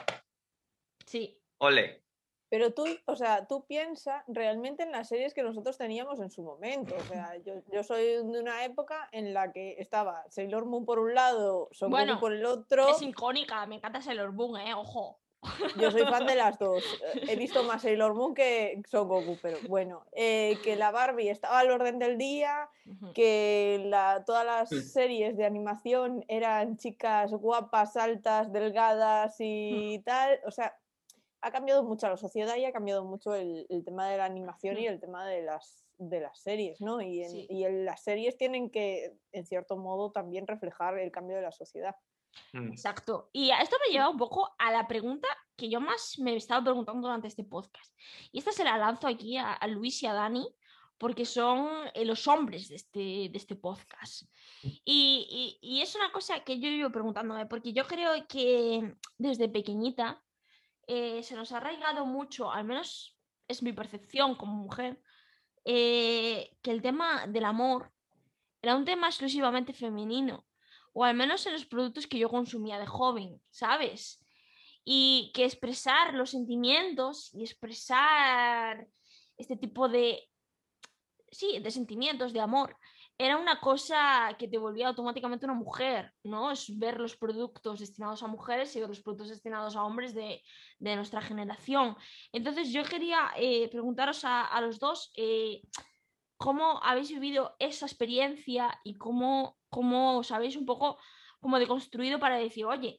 sí. ole. Pero tú, o sea, tú piensas realmente en las series que nosotros teníamos en su momento. O sea, yo, yo soy de una época en la que estaba Sailor Moon por un lado, Son Goku Bueno, por el otro. es icónica, me encanta Sailor Moon, ¿eh? Ojo. Yo soy fan de las dos. He visto más Sailor Moon que Son Goku, pero bueno, eh, que la Barbie estaba al orden del día, Ujú. que la, todas las series de animación eran chicas guapas, altas, delgadas y tal. O sea, ha cambiado mucho la sociedad y ha cambiado mucho el, el tema de la animación y el tema de las, de las series, ¿no? Y, en, Sí. y en las series tienen que, en cierto modo, también reflejar el cambio de la sociedad. Mm. Exacto. Y a esto me lleva un poco a la pregunta que yo más me he estado preguntando durante este podcast. Y esta se la lanzo aquí a, a Luis y a Dani, porque son eh, los hombres de este, de este podcast. Y, y, y es es una cosa que yo vivo preguntándome, porque yo creo que desde pequeñita eh, se nos ha arraigado mucho, al menos es mi percepción como mujer, eh, que el tema del amor era un tema exclusivamente femenino, o al menos en los productos que yo consumía de joven, ¿sabes? Y que expresar los sentimientos y expresar este tipo de, sí, de sentimientos, de amor, era una cosa que te volvía automáticamente una mujer, ¿no? Es ver los productos destinados a mujeres y ver los productos destinados a hombres de, de nuestra generación. Entonces yo quería eh, preguntaros a, a los dos eh, cómo habéis vivido esa experiencia y cómo, cómo os habéis un poco como deconstruido para decir, oye,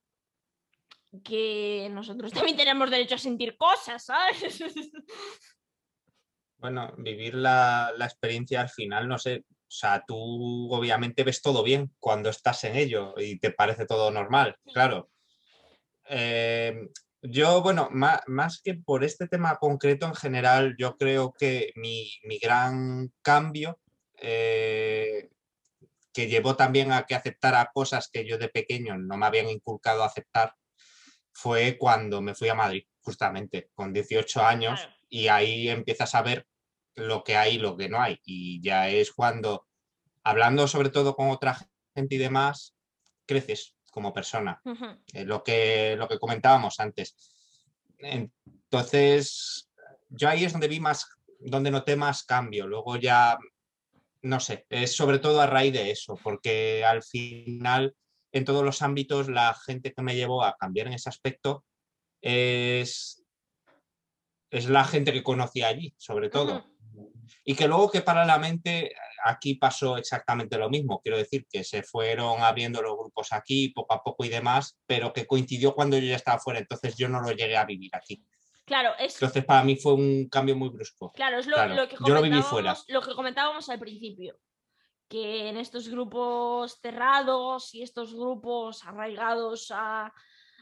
que nosotros también tenemos derecho a sentir cosas, ¿sabes? Bueno, vivir la, la experiencia al final, no sé, o sea, tú obviamente ves todo bien cuando estás en ello y te parece todo normal, claro. Eh, yo, bueno, más, más que por este tema concreto en general, yo creo que mi, mi gran cambio, eh, que llevó también a que aceptara cosas que yo de pequeño no me habían inculcado a aceptar, fue cuando me fui a Madrid, justamente, con dieciocho años, Claro. y ahí empiezas a ver lo que hay y lo que no hay. Y ya es cuando, hablando sobre todo con otra gente y demás, creces como persona. Ujú. Eh, lo que, lo que comentábamos antes. Entonces, yo ahí es donde vi más, donde noté más cambio. Luego ya, no sé, es sobre todo a raíz de eso, porque al final, en todos los ámbitos, la gente que me llevó a cambiar en ese aspecto es, es la gente que conocí allí, sobre todo. Ujú. Y que luego que paralelamente aquí pasó exactamente lo mismo. Quiero decir que se fueron abriendo los grupos aquí poco a poco y demás, pero que coincidió cuando yo ya estaba fuera, entonces yo no lo llegué a vivir aquí. Claro, es, Entonces para mí fue un cambio muy brusco. claro, es lo, Claro, lo que yo lo viví fuera. comentábamos, lo que comentábamos al principio, que en estos grupos cerrados y estos grupos arraigados a,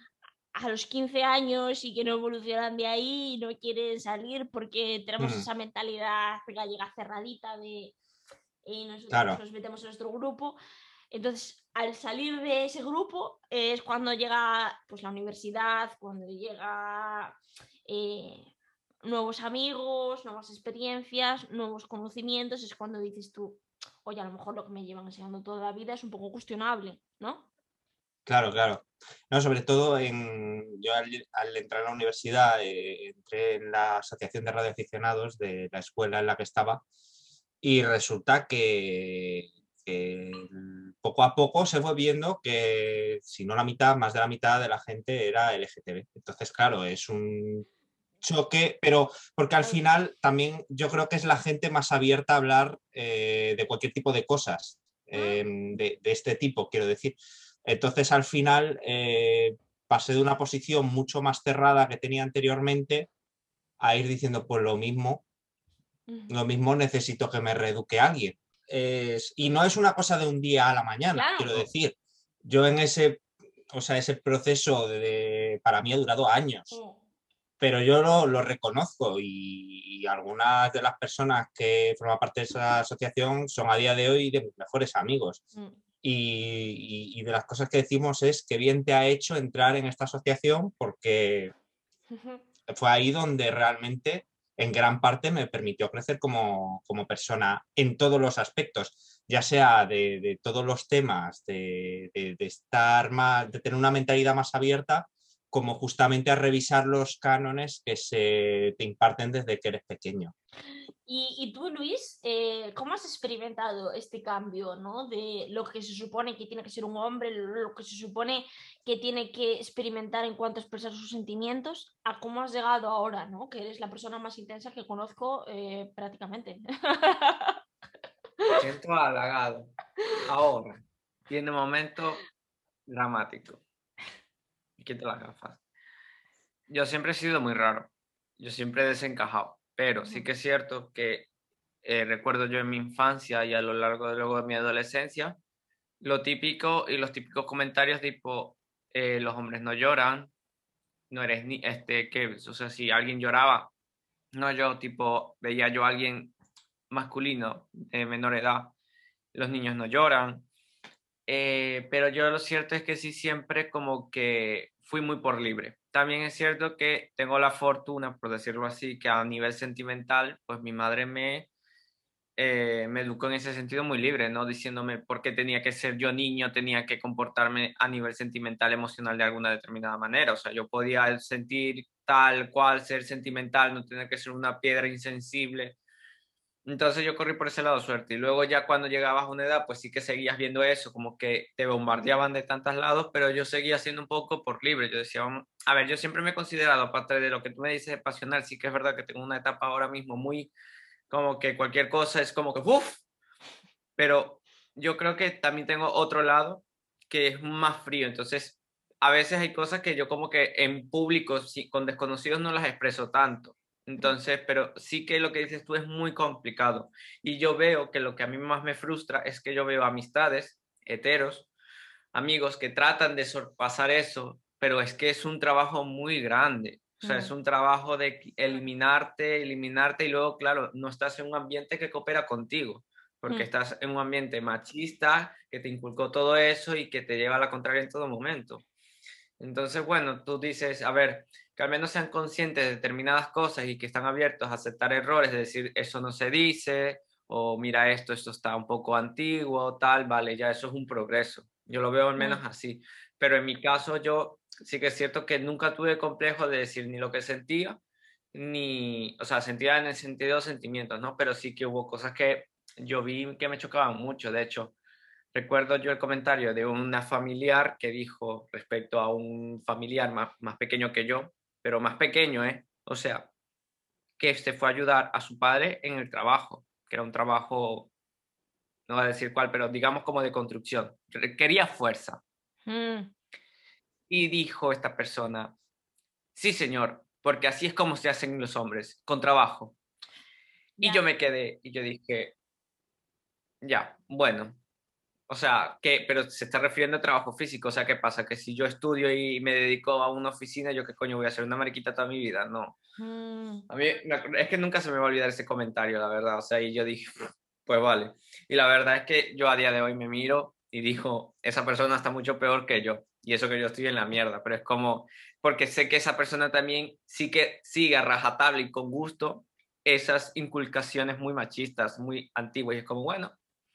a los quince años y que no evolucionan de ahí y no quieren salir porque tenemos Mm, esa mentalidad gallega cerradita de eh, nos, claro, nos metemos en nuestro grupo. Entonces, al salir de ese grupo eh, es cuando llega pues, la universidad, cuando llega eh, nuevos amigos, nuevas experiencias, nuevos conocimientos, es cuando dices tú, oye, a lo mejor lo que me llevan enseñando toda la vida es un poco cuestionable, ¿no? claro, claro. No, sobre todo en, yo al, al entrar a la universidad eh, entré en la Asociación de Radioaficionados de la escuela en la que estaba y resulta que, que poco a poco se fue viendo que si no la mitad, más de la mitad de la gente era L G T B. Entonces, claro, es un choque, pero porque al final también yo creo que es la gente más abierta a hablar eh, de cualquier tipo de cosas, eh, de, de este tipo, quiero decir. Entonces, al final, eh, pasé de una posición mucho más cerrada que tenía anteriormente a ir diciendo, pues lo mismo, lo mismo necesito que me reeduque alguien. Es, y no es una cosa de un día a la mañana, Claro. quiero decir. Yo en ese, o sea, ese proceso de, para mí ha durado años, pero yo lo, lo reconozco y, y algunas de las personas que forman parte de esa asociación son a día de hoy de mis mejores amigos. Mm. Y, y, y de las cosas que decimos es que bien te ha hecho entrar en esta asociación porque fue ahí donde realmente en gran parte me permitió crecer como, como persona en todos los aspectos, ya sea de, de todos los temas, de, de, de estar más, de tener una mentalidad más abierta, como justamente a revisar los cánones que se te imparten desde que eres pequeño. Y, y tú, Luis, eh, ¿cómo has experimentado este cambio, ¿no? De lo que se supone que tiene que ser un hombre, lo que se supone que tiene que experimentar en cuanto a expresar sus sentimientos, a cómo has llegado ahora, ¿no? Que eres la persona más intensa que conozco eh, prácticamente. Siento halagado. Ahora, tiene momento dramático. Quito las gafas. Yo siempre he sido muy raro. Yo siempre he desencajado. Pero sí que es cierto que eh, recuerdo yo en mi infancia y a lo largo de, luego de mi adolescencia, lo típico y los típicos comentarios tipo, eh, los hombres no lloran, no eres ni, este, que, o sea, si alguien lloraba, no yo, tipo, veía yo a alguien masculino de menor edad, los niños no lloran, Eh, pero yo lo cierto es que sí siempre como que fui muy por libre. También es cierto que tengo la fortuna, por decirlo así, que a nivel sentimental, pues mi madre me, eh, me educó en ese sentido muy libre, ¿no? Diciéndome por qué tenía que ser yo niño, tenía que comportarme a nivel sentimental, emocional de alguna determinada manera. O sea, yo podía sentir tal cual, ser sentimental, no tener que ser una piedra insensible. Entonces yo corrí por ese lado suerte. Y luego ya cuando llegabas a una edad, pues sí que seguías viendo eso, como que te bombardeaban de tantos lados, pero yo seguía siendo un poco por libre. Yo decía, vamos, a ver, yo siempre me he considerado, aparte de lo que tú me dices de pasional, sí que es verdad que tengo una etapa ahora mismo muy, como que cualquier cosa es como que, uff, pero yo creo que también tengo otro lado que es más frío. Entonces, a veces hay cosas que yo como que en público, sí, con desconocidos no las expreso tanto. Entonces, pero sí que lo que dices tú es muy complicado. Y yo veo que lo que a mí más me frustra es que yo veo amistades, heteros, amigos que tratan de sorpasar eso, pero es que es un trabajo muy grande. O sea, es un trabajo de eliminarte, eliminarte y luego, claro, no estás en un ambiente que coopera contigo, porque Mm. estás en un ambiente machista que te inculcó todo eso y que te lleva a la contraria en todo momento. Entonces, bueno, tú dices, a ver, que al menos sean conscientes de determinadas cosas y que están abiertos a aceptar errores, de decir, eso no se dice, o mira esto, esto está un poco antiguo, tal, vale, ya eso es un progreso. Yo lo veo al menos Mm. así. Pero en mi caso, yo sí que es cierto que nunca tuve complejo de decir ni lo que sentía, ni, o sea, sentía en el sentido de sentimientos, ¿no? Pero sí que hubo cosas que yo vi que me chocaban mucho. De hecho, recuerdo yo el comentario de una familiar que dijo respecto a un familiar más, más pequeño que yo, pero más pequeño, ¿eh? O sea, que este fue a ayudar a su padre en el trabajo, que era un trabajo, no voy a decir cuál, pero digamos como de construcción. Quería fuerza. Mm. Y dijo esta persona, sí, señor, porque así es como se hacen los hombres, con trabajo. Y Ya. yo me quedé y yo dije, ya, bueno. O sea, que, pero se está refiriendo a trabajo físico. O sea, ¿qué pasa? Que si yo estudio y me dedico a una oficina, ¿yo qué coño voy a hacer? ¿Una mariquita toda mi vida? No. Mm. A mí me acuerdo- es que nunca se me va a olvidar ese comentario, la verdad. O sea, y yo dije, pues vale. Y la verdad es que yo a día de hoy me miro y digo, esa persona está mucho peor que yo. Y eso que yo estoy en la mierda. Pero es como, porque sé que esa persona también sí que sigue a rajatabla y con gusto esas inculcaciones muy machistas, muy antiguas. Y es como, bueno.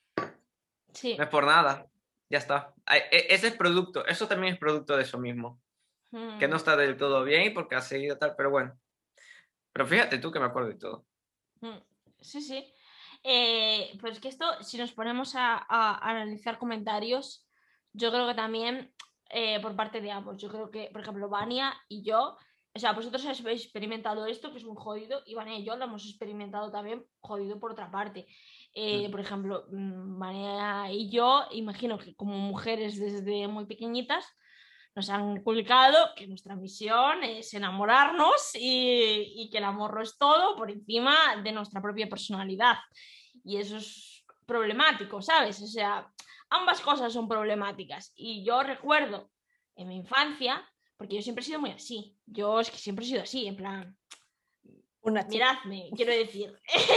Sí. No es por nada, ya está. E- Ese es producto, eso también es producto de eso mismo, que no Mm. está del todo bien porque ha seguido tal, pero bueno. Pero fíjate tú que me acuerdo de todo. Mm. Sí, sí. Eh, pues que esto, si nos ponemos a, a analizar comentarios, yo creo que también eh, por parte de ambos, yo creo que, por ejemplo, Vania y yo, o sea, vosotros habéis experimentado esto, que es muy jodido, y Vania y yo lo hemos experimentado también jodido por otra parte. Eh, por ejemplo, mm, Vania y yo, imagino que como mujeres desde muy pequeñitas, nos han inculcado que nuestra misión es enamorarnos y, y que el amor lo es todo por encima de nuestra propia personalidad. Y eso es problemático, ¿sabes? O sea, ambas cosas son problemáticas. Y yo recuerdo en mi infancia, porque yo siempre he sido muy así, yo es que siempre he sido así, en plan, Una chica. miradme, quiero decir,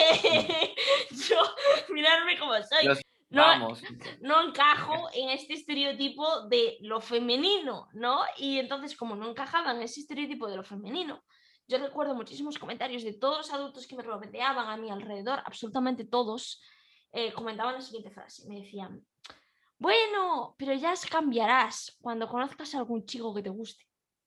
yo, miradme como soy. Los No, vamos. no encajo en este estereotipo de lo femenino, ¿no? Y entonces, como no encajaba en ese estereotipo de lo femenino, yo recuerdo muchísimos comentarios de todos los adultos que me rodeaban a mi alrededor, absolutamente todos, eh, comentaban la siguiente frase, me decían, bueno, pero ya cambiarás cuando conozcas a algún chico que te guste.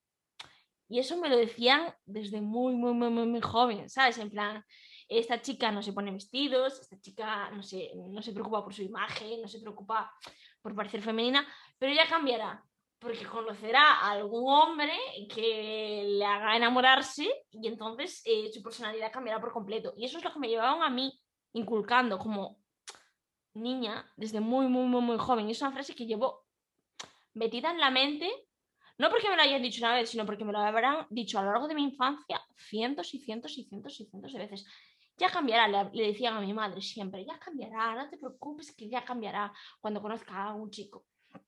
Y eso me lo decían desde muy, muy, muy, muy, muy joven, ¿sabes? En plan, esta chica no se pone vestidos, esta chica no se, no se preocupa por su imagen, no se preocupa por parecer femenina, pero ya cambiará, porque conocerá a algún hombre que le haga enamorarse y entonces eh, su personalidad cambiará por completo. Y eso es lo que me llevaban a mí inculcando como niña desde muy, muy, muy, muy joven. Y es una frase que llevo metida en la mente, no porque me lo hayan dicho una vez, sino porque me lo habrán dicho a lo largo de mi infancia cientos y cientos y cientos y cientos de veces. Ya cambiará, le, le decían a mi madre siempre, ya cambiará, no te preocupes que ya cambiará cuando conozca a un chico.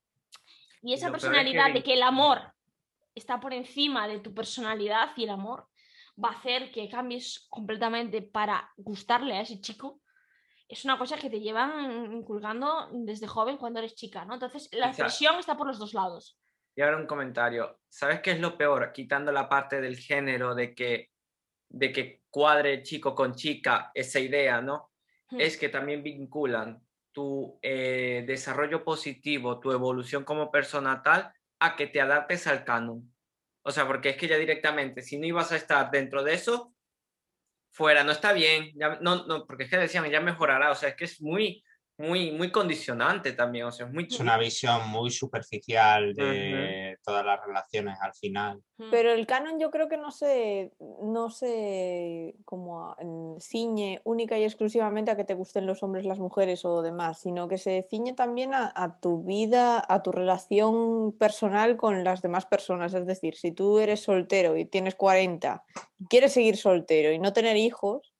Y esa Lo peor es personalidad que... de que el amor está por encima de tu personalidad y el amor va a hacer que cambies completamente para gustarle a ese chico, es una cosa que te llevan inculcando desde joven cuando eres chica, ¿no? Entonces la Quizá- presión está por los dos lados. Y ahora un comentario. ¿Sabes qué es lo peor? Quitando la parte del género, de que, de que cuadre chico con chica, esa idea, ¿no? Hmm. Es que también vinculan tu eh, desarrollo positivo, tu evolución como persona tal, a que te adaptes al canon. O sea, porque es que ya directamente, si no ibas a estar dentro de eso, fuera, no está bien, ya, no, no, porque es que decían, ya mejorará, o sea, es que es muy, muy, muy condicionante también, o sea, es muy Es una visión muy superficial Ujú. de todas las relaciones al final. Hmm. Pero el canon yo creo que no se, no se como a- en- ciñe única y exclusivamente a que te gusten los hombres, las mujeres o demás, sino que se ciñe también a, a tu vida, a tu relación personal con las demás personas. Es decir, si tú eres soltero y tienes cuarenta, y quieres seguir soltero y no tener hijos,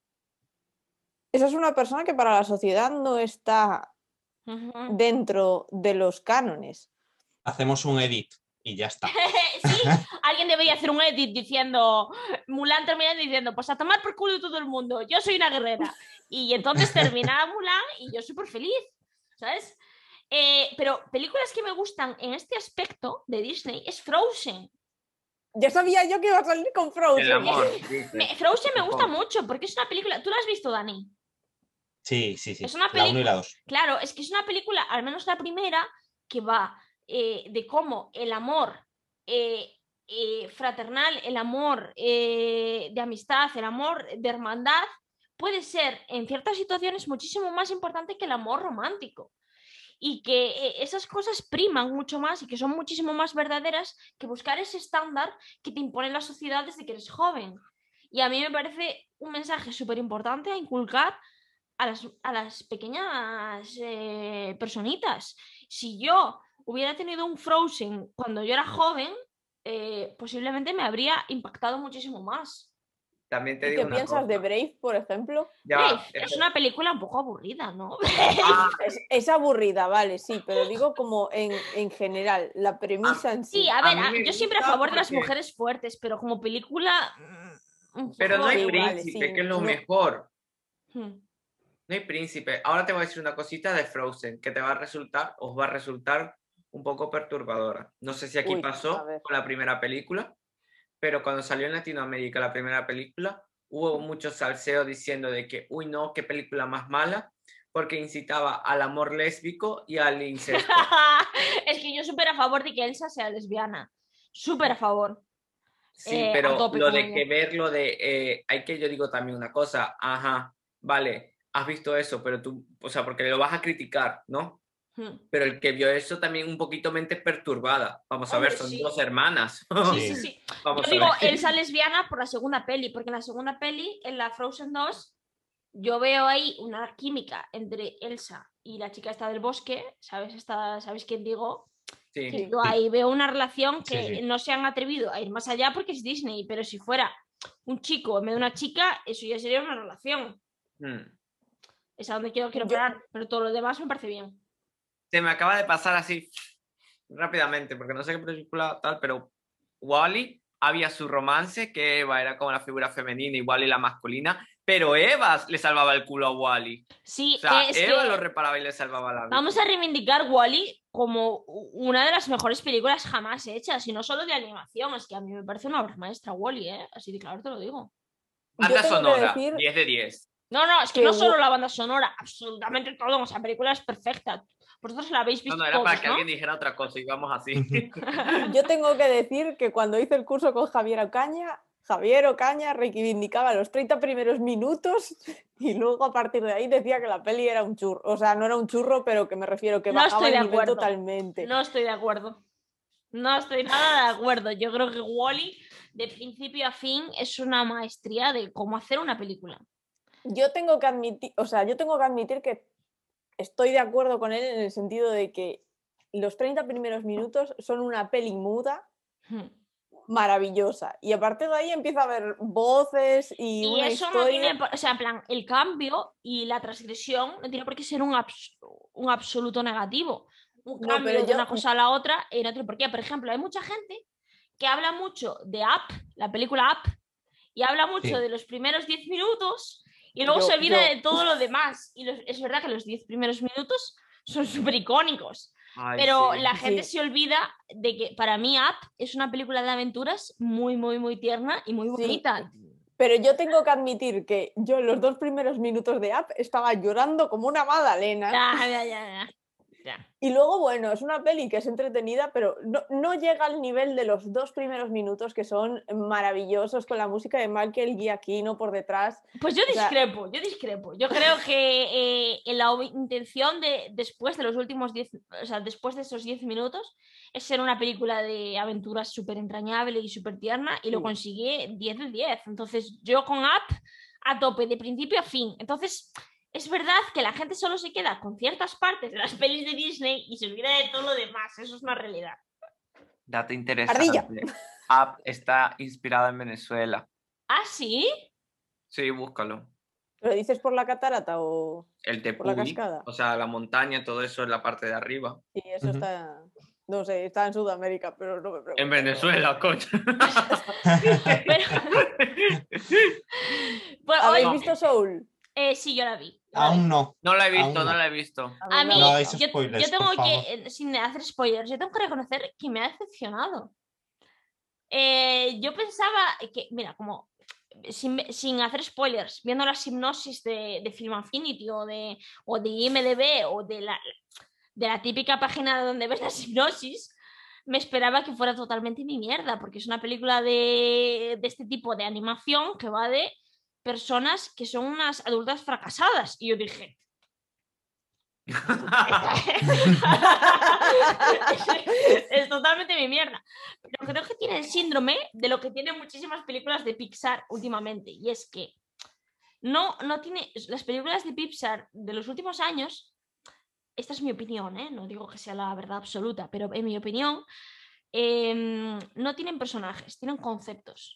esa es una persona que para la sociedad no está Ujú. dentro de los cánones. Hacemos un edit y ya está. Sí, alguien debería hacer un edit diciendo, Mulan termina diciendo, pues a tomar por culo todo el mundo, yo soy una guerrera. Y entonces termina Mulan y yo súper feliz, ¿sabes? Eh, pero películas que me gustan en este aspecto de Disney es Frozen. Ya sabía yo que iba a salir con Frozen. El amor, dices. Me- Frozen me gusta Supongo. mucho porque es una película, ¿tú la has visto, Dani? Sí, sí, sí. Es una La uno y la película, dos. claro, es que es una película, al menos la primera, que va eh, de cómo el amor eh, eh, fraternal, el amor eh, de amistad, el amor de hermandad, puede ser en ciertas situaciones muchísimo más importante que el amor romántico. Y que eh, esas cosas priman mucho más y que son muchísimo más verdaderas que buscar ese estándar que te impone la sociedad desde que eres joven. Y a mí me parece un mensaje súper importante a inculcar a las, a las pequeñas eh, personitas. Si yo hubiera tenido un Frozen cuando yo era joven, eh, posiblemente me habría impactado muchísimo más. También te ¿Y digo qué una piensas cosa. de Brave, por ejemplo? Ya, Brave es espera. una película un poco aburrida, ¿no? Ah, Es, es aburrida, vale, sí, pero digo como en, en general, la premisa en Sí, sí. a a ver, mí a- me yo siempre a gusta favor de las porque- mujeres fuertes, pero como película... mm, un Pero no poco- hay Sí, vale, príncipe, sí, que es lo no. mejor. Hmm. No hay príncipe. Ahora te voy a decir una cosita de Frozen que te va a resultar, os va a resultar un poco perturbadora. No sé si aquí Uy, a pasó ver. con la primera película, pero cuando salió en Latinoamérica la primera película, hubo mucho salseo diciendo de que, uy, no, qué película más mala, porque incitaba al amor lésbico y al incesto. Es que yo súper a favor de que Elsa sea lesbiana. Súper a favor. Sí, Eh, a pero tope lo con de ella. que ver lo de, eh, hay que yo digo también una cosa, ajá, vale, has visto eso, pero tú, o sea, porque lo vas a criticar, ¿no? Hmm. Pero el que vio eso también un poquito mente perturbada. Vamos a Hombre, ver, son sí. dos hermanas. Sí, Sí. sí, sí. Vamos Yo a digo ver. Elsa lesbiana por la segunda peli, porque en la segunda peli, en la Frozen dos, yo veo ahí una química entre Elsa y la chica esta del bosque, ¿sabes? Esta, ¿sabes quién digo? Sí. Que yo ahí veo una relación que Sí, sí. no se han atrevido a ir más allá porque es Disney, pero si fuera un chico en vez de una chica, eso ya sería una relación. Mm. Es a donde quiero, quiero Yo- parar, pero todo lo demás me parece bien. Se me acaba de pasar así rápidamente, porque no sé qué película tal, pero Wall-E había su romance, que Eva era como la figura femenina y Wall-E la masculina, pero Eva le salvaba el culo a Wall-E. Sí, O sea, es Eva que lo reparaba y le salvaba la vida. vamos a reivindicar Wall-E como una de las mejores películas jamás hechas, y no solo de animación, es que a mí me parece una obra maestra Wall-E, ¿eh? Así de claro te lo digo. Yo Banda tengo que sonora, decir diez de diez. No, no, es que Que no solo Wa- la banda sonora, absolutamente todo, o sea, película es perfecta. Vosotros la habéis No, visto no, era para todos, que ¿no? alguien dijera otra cosa y vamos así. yo tengo que decir que cuando hice el curso con Javier Ocaña, Javier Ocaña reivindicaba los treinta primeros minutos y luego a partir de ahí decía que la peli era un churro. O sea, no era un churro, pero que me refiero que No bajaba estoy de el nivel acuerdo. totalmente. No estoy de acuerdo. No estoy nada de acuerdo. Yo creo que Wall-E, de principio a fin, es una maestría de cómo hacer una película. Yo tengo que admitir, o sea, yo tengo que admitir que estoy de acuerdo con él en el sentido de que los treinta primeros minutos son una peli muda Hmm. maravillosa y a partir de ahí empieza a haber voces y, Y una eso no historia. tiene, o sea, en plan, el cambio y la transgresión no tiene por qué ser un, abs- un absoluto negativo. Un No, cambio pero de yo- una cosa a la otra y no tiene por qué. Por ejemplo, hay mucha gente que habla mucho de Up, la película Up, y habla mucho Sí. de los primeros diez minutos Y luego Yo- se olvida yo- de todo lo demás. Y los- es verdad que los diez primeros minutos son súper icónicos. Ay, Pero sí. la gente Sí. se olvida de que para mí Up es una película de aventuras muy, muy, muy tierna y muy Sí. bonita. Pero yo tengo que admitir que yo en los dos primeros minutos de Up estaba llorando como una magdalena. Ya, ya, ya, ya. Ya. Y luego, bueno, es una peli que es entretenida, pero no, no llega al nivel de los dos primeros minutos, que son maravillosos, con la música de Michael Giacchino por detrás. Pues yo O sea- discrepo, yo discrepo. Yo creo que eh, la ob- intención de después de los últimos diez, o sea, después de esos diez minutos, es ser una película de aventuras súper entrañable y súper tierna, y lo Sí. conseguí diez de diez. Entonces, yo con Up a tope, de principio a fin. Entonces, es verdad que la gente solo se queda con ciertas partes de las pelis de Disney y se olvida de todo lo demás. Eso es una realidad. Dato interesante. Ardilla. Up está inspirada en Venezuela. ¿Ah, sí? Sí, búscalo. ¿Lo dices por la catarata o...? El Por la Tepuy, cascada. o sea, la montaña, todo eso es la parte de arriba. Sí, eso Ujú. está... No sé, está en Sudamérica, pero no me preguntes. En Venezuela, coño. Pero... Bueno, ¿Habéis oye, visto Soul? eh, sí, yo la vi. Aún no. No la he visto, Aún no no. la he visto. A mí, me No gusta. hagáis yo, spoilers, yo tengo por favor. que, eh, sin hacer spoilers, yo tengo que reconocer que me ha decepcionado. Eh, yo pensaba que, mira, como sin, sin hacer spoilers, viendo la hipnosis de, de Film Affinity o de, o de I M D B o de la, de la típica página donde ves la hipnosis, me esperaba que fuera totalmente mi mierda, porque es una película de, de este tipo de animación que va de personas que son unas adultas fracasadas. Y yo dije, es, es totalmente mi mierda. Pero creo que tiene el síndrome de lo que tienen muchísimas películas de Pixar últimamente. Y es que no, no tiene. Las películas de Pixar de los últimos años, esta es mi opinión, ¿eh? No digo que sea la verdad absoluta, pero en mi opinión, eh, no tienen personajes, tienen conceptos.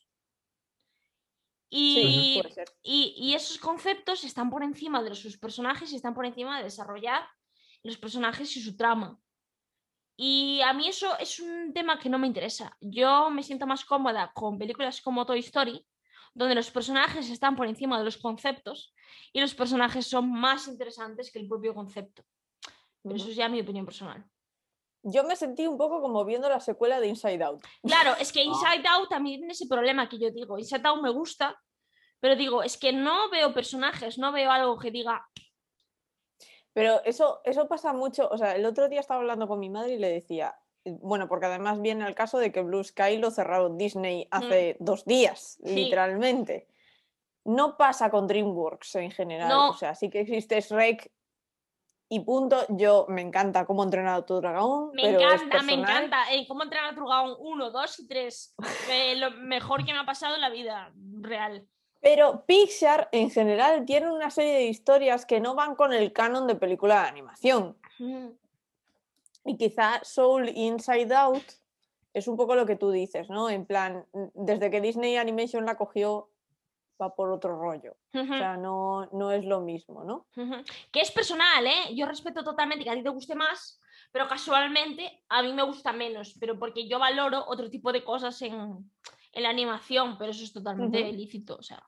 Sí, Y, puede ser. y, y esos conceptos están por encima de los, sus personajes y están por encima de desarrollar los personajes y su trama. Y a mí eso es un tema que no me interesa. Yo me siento más cómoda con películas como Toy Story, donde los personajes están por encima de los conceptos y los personajes son más interesantes que el propio concepto. Pero eso es ya mi opinión personal. Yo me sentí un poco como viendo la secuela de Inside Out. Claro, es que Inside Out también tiene ese problema que yo digo. Inside Out me gusta, pero digo, es que no veo personajes, no veo algo que diga... Pero eso, eso pasa mucho. O sea, el otro día estaba hablando con mi madre y le decía, bueno, porque además viene el caso de que Blue Sky lo cerraron Disney hace dos días, Sí. literalmente. No pasa con DreamWorks en general. No. O sea, sí que existe Shrek y punto. Yo me encanta Cómo entrenar a tu dragón. Me pero es encanta, me personal. encanta. Eh, ¿Cómo entrenar a tu dragón? uno, dos y tres. Eh, lo mejor que me ha pasado en la vida real. Pero Pixar en general tiene una serie de historias que no van con el canon de película de animación. Mm. Y quizá Soul Inside Out es un poco lo que tú dices, ¿no? En plan, desde que Disney Animation la cogió, va por otro rollo. Ujú, O sea, no, no es lo mismo, ¿no? ujú. Que es personal, ¿eh? Yo respeto totalmente que a ti te guste más, pero casualmente a mí me gusta menos, pero porque yo valoro otro tipo de cosas en, en la animación, pero eso es totalmente Ujú. ilícito, o sea.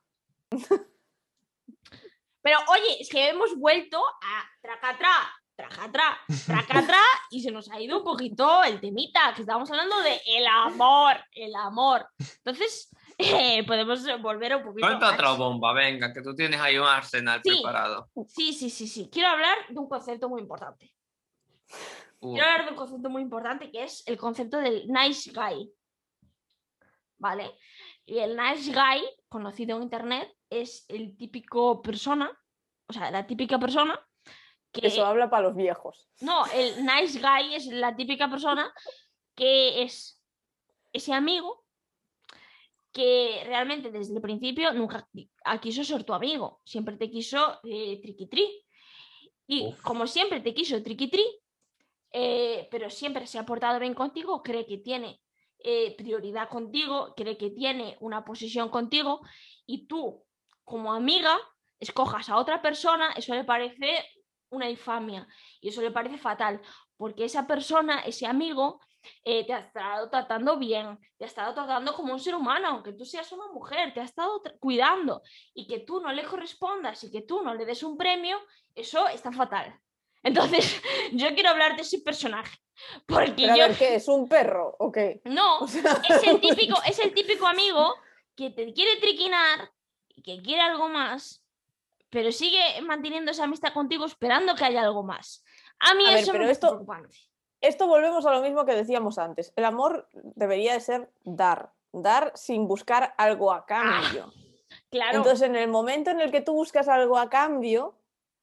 Pero oye, es que hemos vuelto a tracatrá, tracatrá, tracatrá y se nos ha ido un poquito el temita, que estábamos hablando de el amor, el amor. Entonces, eh, podemos volver un poquito Suelta otra más. bomba, venga, que tú tienes ahí un arsenal Sí. preparado. Sí, sí, sí, sí. Quiero hablar de un concepto muy importante. Uh, Quiero hablar de un concepto muy importante que es el concepto del nice guy. ¿Vale? Y el nice guy, conocido en internet, es el típico persona, o sea, la típica persona que... Eso habla para los viejos. No, el nice guy es la típica persona que es ese amigo que realmente desde el principio nunca quiso ser tu amigo, siempre te quiso eh, triqui-tri. Y Uf. como siempre te quiso triqui-tri, eh, pero siempre se ha portado bien contigo, cree que tiene eh, prioridad contigo, cree que tiene una posición contigo, y tú, como amiga, escojas a otra persona, eso le parece una infamia y eso le parece fatal, porque esa persona, ese amigo, eh, te ha estado tratando bien, te ha estado tratando como un ser humano, aunque tú seas una mujer, te ha estado cuidando, y que tú no le correspondas y que tú no le des un premio, eso está fatal. Entonces, yo quiero hablar de ese personaje. Porque Pero yo... a ver, ¿qué? ¿Es un perro o qué? No, O sea... es el típico, es el típico amigo que te quiere triquinar y que quiere algo más, pero sigue manteniendo esa amistad contigo esperando que haya algo más. A mí A ver, eso pero me esto, parece preocupante. Esto volvemos a lo mismo que decíamos antes. El amor debería de ser dar, dar sin buscar algo a cambio. Ah, claro. Entonces, en el momento en el que tú buscas algo a cambio,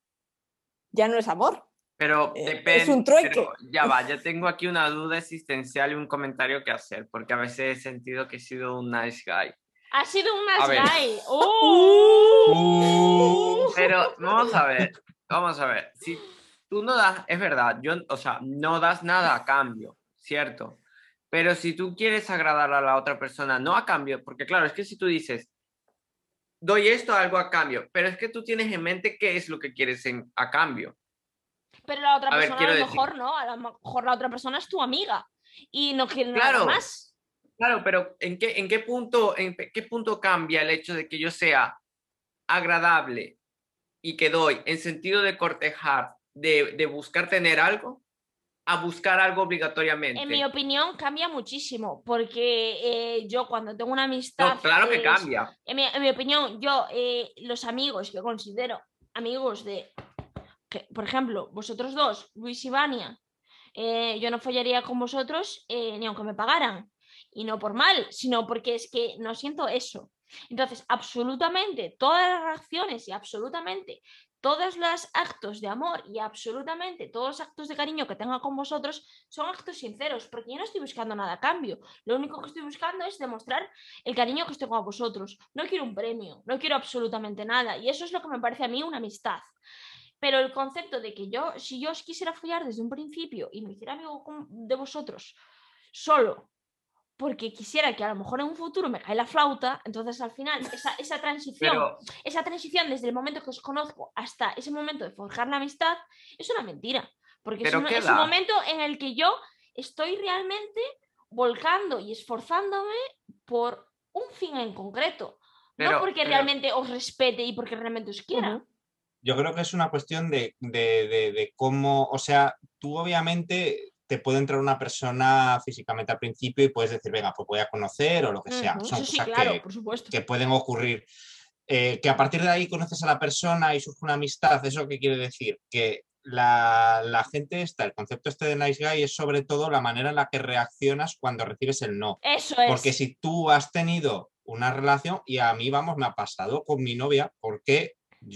ya no es amor. Pero Eh, depende, es un trueque. pero ya va, yo tengo aquí una duda existencial y un comentario que hacer, porque a veces he sentido que he sido un nice guy. Ha sido un A nice ver. guy. ¡Oh! Uh, Pero vamos a ver, vamos a ver, si tú no das, es verdad, yo, o sea, no das nada a cambio, ¿cierto? Pero si tú quieres agradar a la otra persona, no a cambio, porque claro, es que si tú dices, doy esto algo a cambio, pero es que tú tienes en mente qué es lo que quieres en, a cambio. Pero la otra A ver, persona quiero a lo decir- mejor no, a lo mejor la otra persona es tu amiga y no quiere Claro. nada más. Claro, pero ¿en qué, en qué punto, en qué punto cambia el hecho de que yo sea agradable y que doy en sentido de cortejar, de, de buscar tener algo, a buscar algo obligatoriamente? En mi opinión cambia muchísimo, porque eh, yo cuando tengo una amistad... No, claro que eh, cambia. En mi, en mi opinión, yo, eh, los amigos que considero amigos de, que, por ejemplo, vosotros dos, Luis y Vania, eh, yo no follaría con vosotros eh, ni aunque me pagaran. Y no por mal, sino porque es que no siento eso. Entonces, absolutamente todas las reacciones y absolutamente todos los actos de amor y absolutamente todos los actos de cariño que tenga con vosotros son actos sinceros, porque yo no estoy buscando nada a cambio. Lo único que estoy buscando es demostrar el cariño que os tengo a vosotros. No quiero un premio, no quiero absolutamente nada. Y eso es lo que me parece a mí una amistad. Pero el concepto de que yo, si yo os quisiera follar desde un principio y me hiciera amigo de vosotros solo porque quisiera que a lo mejor en un futuro me cae la flauta, entonces al final esa, esa transición, Pero, esa transición desde el momento que os conozco hasta ese momento de forjar la amistad es una mentira, porque es ¿Pero un, qué es un da? momento en el que yo estoy realmente volcando y esforzándome por un fin en concreto, no Pero- porque pero- realmente os respete y porque realmente os quiera. Ujú. yo creo que es una cuestión de, de- de- de cómo, o sea, tú obviamente te puede entrar una persona físicamente al principio y puedes decir, venga, pues voy a conocer o lo que sea. Ujú, Son eso sí, cosas claro, que, por supuesto. que pueden ocurrir. Eh, que a partir de ahí conoces a la persona y surge una amistad, ¿eso qué quiere decir? Que la, la gente esta, el concepto este de nice guy es sobre todo la manera en la que reaccionas cuando recibes el no. Eso es. Porque si tú has tenido una relación, y a mí, vamos, me ha pasado con mi novia, porque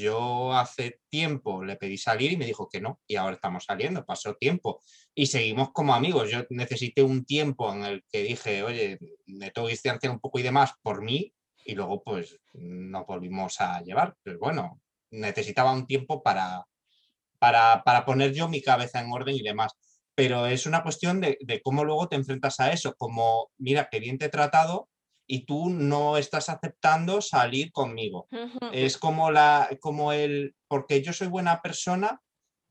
yo hace tiempo le pedí salir y me dijo que no, y ahora estamos saliendo, pasó tiempo y seguimos como amigos. Yo necesité un tiempo en el que dije, oye, me tengo que distanciar un poco y demás por mí, y luego pues nos volvimos a llevar. Pues bueno, necesitaba un tiempo para, para, para poner yo mi cabeza en orden y demás. Pero es una cuestión de, de cómo luego te enfrentas a eso, como, mira, qué bien te he tratado y tú no estás aceptando salir conmigo. Ujú. Es como, la, como el, porque yo soy buena persona,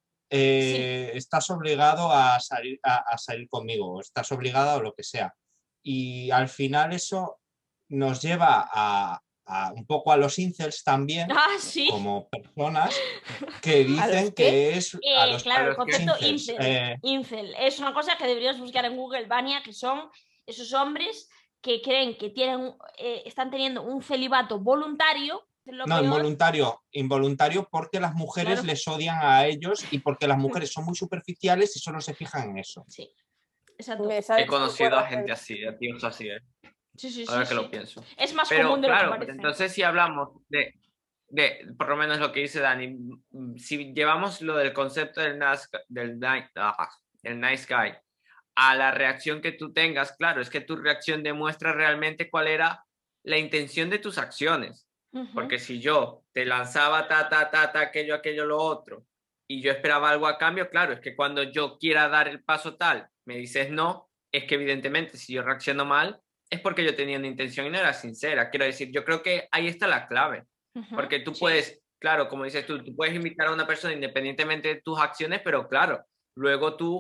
eh, estás obligado a salir, a, a salir conmigo, o estás obligado a lo que sea. Y al final eso nos lleva a, a un poco a los incels también, Ah, sí. como personas que dicen qué? que es a Eh, los, claro, a el los que- concepto incels, incel, eh, incel es una cosa que deberías buscar en Google, Vania, que son esos hombres que creen que tienen, eh, están teniendo un celibato voluntario. Lo no, peor. involuntario, involuntario porque las mujeres Claro. les odian a ellos y porque las mujeres son muy superficiales y solo se fijan en eso. Sí, exacto. Me sabes He qué conocido puedo a gente hacer. así, a tíos así, ¿eh? Sí, sí, sí, Ahora que sí. lo pienso. Es más Pero común de claro, lo que pero parece. entonces si hablamos de, de, por lo menos lo que dice Dani, mm, si llevamos lo del concepto del nice, del, ni- ah, del nice guy a la reacción que tú tengas, claro, es que tu reacción demuestra realmente cuál era la intención de tus acciones. Ujú. Porque si yo te lanzaba ta, ta, ta, ta, aquello, aquello, lo otro, y yo esperaba algo a cambio, claro, es que cuando yo quiera dar el paso tal, me dices no, es que evidentemente si yo reacciono mal, es porque yo tenía una intención y no era sincera. Quiero decir, yo creo que ahí está la clave. Ujú. Porque tú Sí. puedes, claro, como dices tú, tú puedes invitar a una persona independientemente de tus acciones, pero claro, luego tú,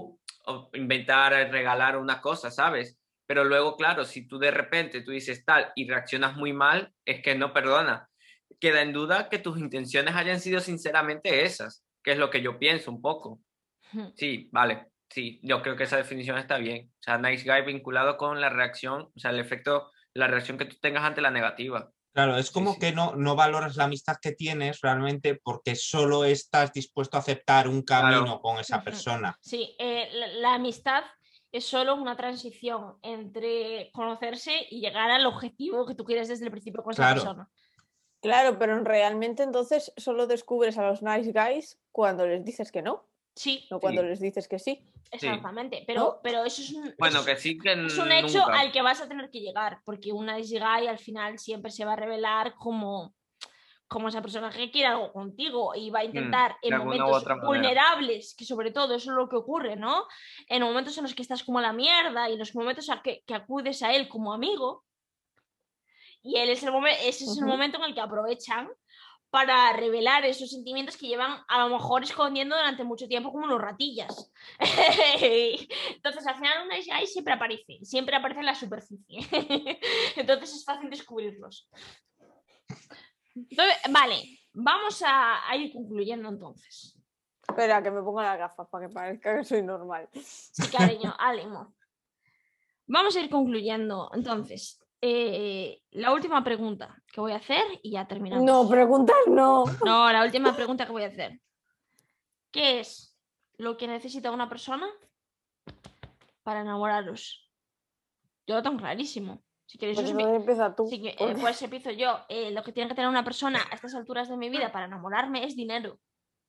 o inventar, regalar una cosa, ¿sabes? Pero luego, claro, si tú de repente tú dices tal y reaccionas muy mal, es que no perdona. Queda en duda que tus intenciones hayan sido sinceramente esas, que es lo que yo pienso un poco. Sí, vale, sí, yo creo que esa definición está bien. O sea, nice guy vinculado con la reacción, o sea, el efecto, la reacción que tú tengas ante la negativa. Claro, es como Sí, sí. que no, no valoras la amistad que tienes realmente porque solo estás dispuesto a aceptar un camino Claro. con esa persona. Sí, eh, la, la amistad es solo una transición entre conocerse y llegar al objetivo que tú quieres desde el principio con Claro. esa persona. Claro, pero realmente entonces solo descubres a los nice guys cuando les dices que no, Sí, no cuando Sí. les dices que sí. exactamente. Pero, ¿No? pero eso es un, Bueno, eso que es- sí que es un hecho nunca. al que vas a tener que llegar, porque un nice guy al final siempre se va a revelar como, como esa persona que quiere algo contigo y va a intentar de en alguna u momentos otra manera. vulnerables, que sobre todo eso es lo que ocurre, ¿no? En momentos en los que estás como a la mierda y en los momentos a que, que acudes a él como amigo, y él es el momen- ese es el Ujú. momento en el que aprovechan para revelar esos sentimientos que llevan a lo mejor escondiendo durante mucho tiempo como los ratillas. Entonces al final un nice guy siempre aparece, siempre aparece en la superficie. Entonces es fácil descubrirlos. Entonces, vale, vamos a, a ir concluyendo entonces. Espera, que me ponga las gafas para que parezca que soy normal. Sí, cariño, ánimo. Vamos a ir concluyendo entonces. Eh, la última pregunta que voy a hacer y ya terminamos. No, preguntas no. No, la última pregunta que voy a hacer. ¿Qué es lo que necesita una persona para enamoraros? Yo lo tengo clarísimo. Si queréis, Pues os- entonces empieza tú. si que- eh, porque- pues empiezo yo. Eh, lo que tiene que tener una persona a estas alturas de mi vida para enamorarme es dinero.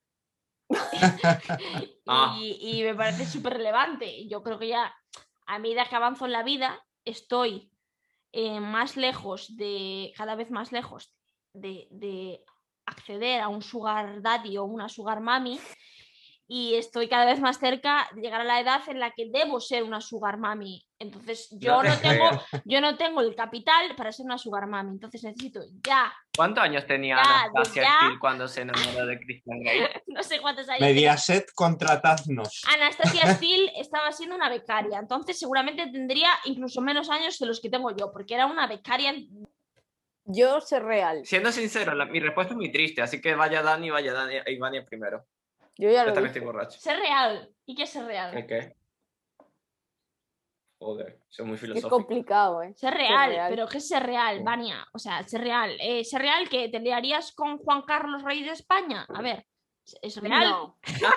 Ah. y, y me parece súper relevante. Yo creo que ya a medida que avanzo en la vida estoy eh, más lejos de, cada vez más lejos de, de acceder a un sugar daddy o una sugar mami, y estoy cada vez más cerca de llegar a la edad en la que debo ser una sugar mami. Entonces yo No te no, tengo, creo. yo no tengo el capital para ser una sugar mami, entonces necesito ya, ¿Cuántos años tenía Ya, Anastasia ya. Steele cuando se enamoró de Christian Grey? no sé cuántos años tengo. Mediaset, contratadnos. Anastasia Steele estaba siendo una becaria, entonces seguramente tendría incluso menos años de los que tengo yo, porque era una becaria. Yo sé real. Siendo sincero, la- mi respuesta es muy triste, así que vaya Dani, vaya Dani y Vania primero. Yo ya Yo lo también dije. estoy borracho. Ser real. ¿Y qué es ser real? ¿Qué qué? Joder, soy muy Es filosófico. complicado, ¿eh? Ser real, real. pero ¿qué es ser real, Sí. Vania? O sea, ser real. Eh, ¿Ser real que te liarías con Juan Carlos, rey de España? A ver, ¿es real? No.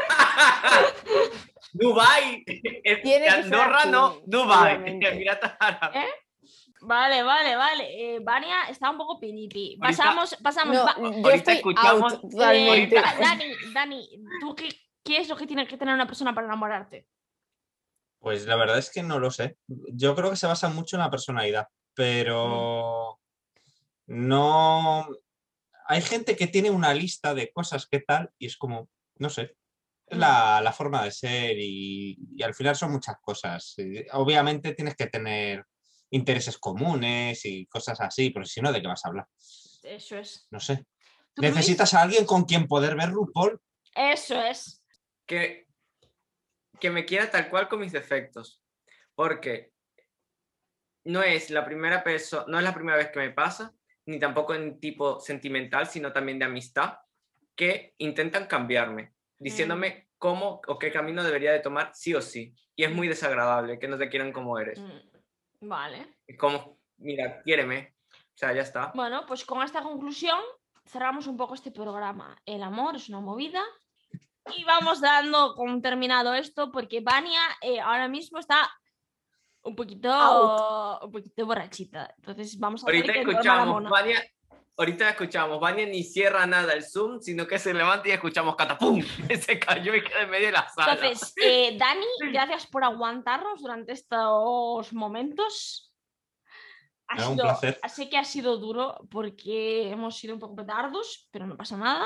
Dubai. Tiene que ser Andorra aquí, no, Dubai. obviamente. Emiratos Árabes. ¿Eh? Vale, vale, vale. Eh, Vania está un poco piripi. Ahorita- Pasamos, pasamos. No, va- yo ahorita estoy escuchamos- out totalmente. Eh, Dani, Dani, ¿tú qué, qué es lo que tiene que tener una persona para enamorarte? Pues la verdad es que no lo sé. Yo creo que se basa mucho en la personalidad, pero no... Hay gente que tiene una lista de cosas que tal y es como, no sé, es la, la forma de ser y, y al final son muchas cosas. Y obviamente tienes que tener intereses comunes y cosas así, porque si no, ¿de qué vas a hablar? Eso es. No sé. ¿Tú, Luis? Necesitas a alguien con quien poder ver RuPaul. Eso es. que, que me quiera tal cual con mis defectos. Porque no es la primera persona, no es la primera vez que me pasa, ni tampoco en tipo sentimental, sino también de amistad, que intentan cambiarme, diciéndome cómo o qué camino debería de tomar sí o sí. Y es muy desagradable que no te quieran como eres. Mm, Vale. Es como, mira, quiéreme. O sea, ya está. Bueno, pues con esta conclusión cerramos un poco este programa. El amor es una movida. Y vamos dando con terminado esto porque Vania eh, ahora mismo está un poquito, Out. un poquito borrachita. Entonces vamos a hacer Ahorita que duerma la escuchamos, mona. Vania, ahorita escuchamos, Vania ni cierra nada el Zoom, sino que se levanta y escuchamos catapum, se cayó y queda en medio de la sala. Entonces, eh, Dani, gracias por aguantarnos durante estos momentos. Ha Era un sido, placer. sé que ha sido duro porque hemos sido un poco petardos, pero no pasa nada.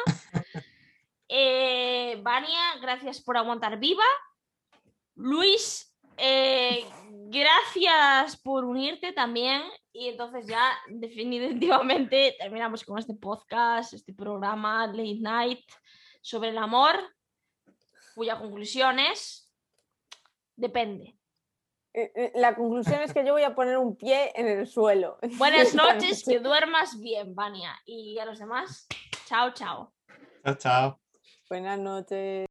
Eh, Vania, gracias por aguantar viva. Luis, eh, gracias por unirte también. Y entonces ya definitivamente terminamos con este podcast, este programa Late Night sobre el amor, cuya conclusión es Depende. Eh, eh, La conclusión es que yo voy a poner un pie en el suelo. Buenas Esta noches, noche. que duermas bien, Vania. Y a los demás, chao, chao. Chao, chao. Buenas noches.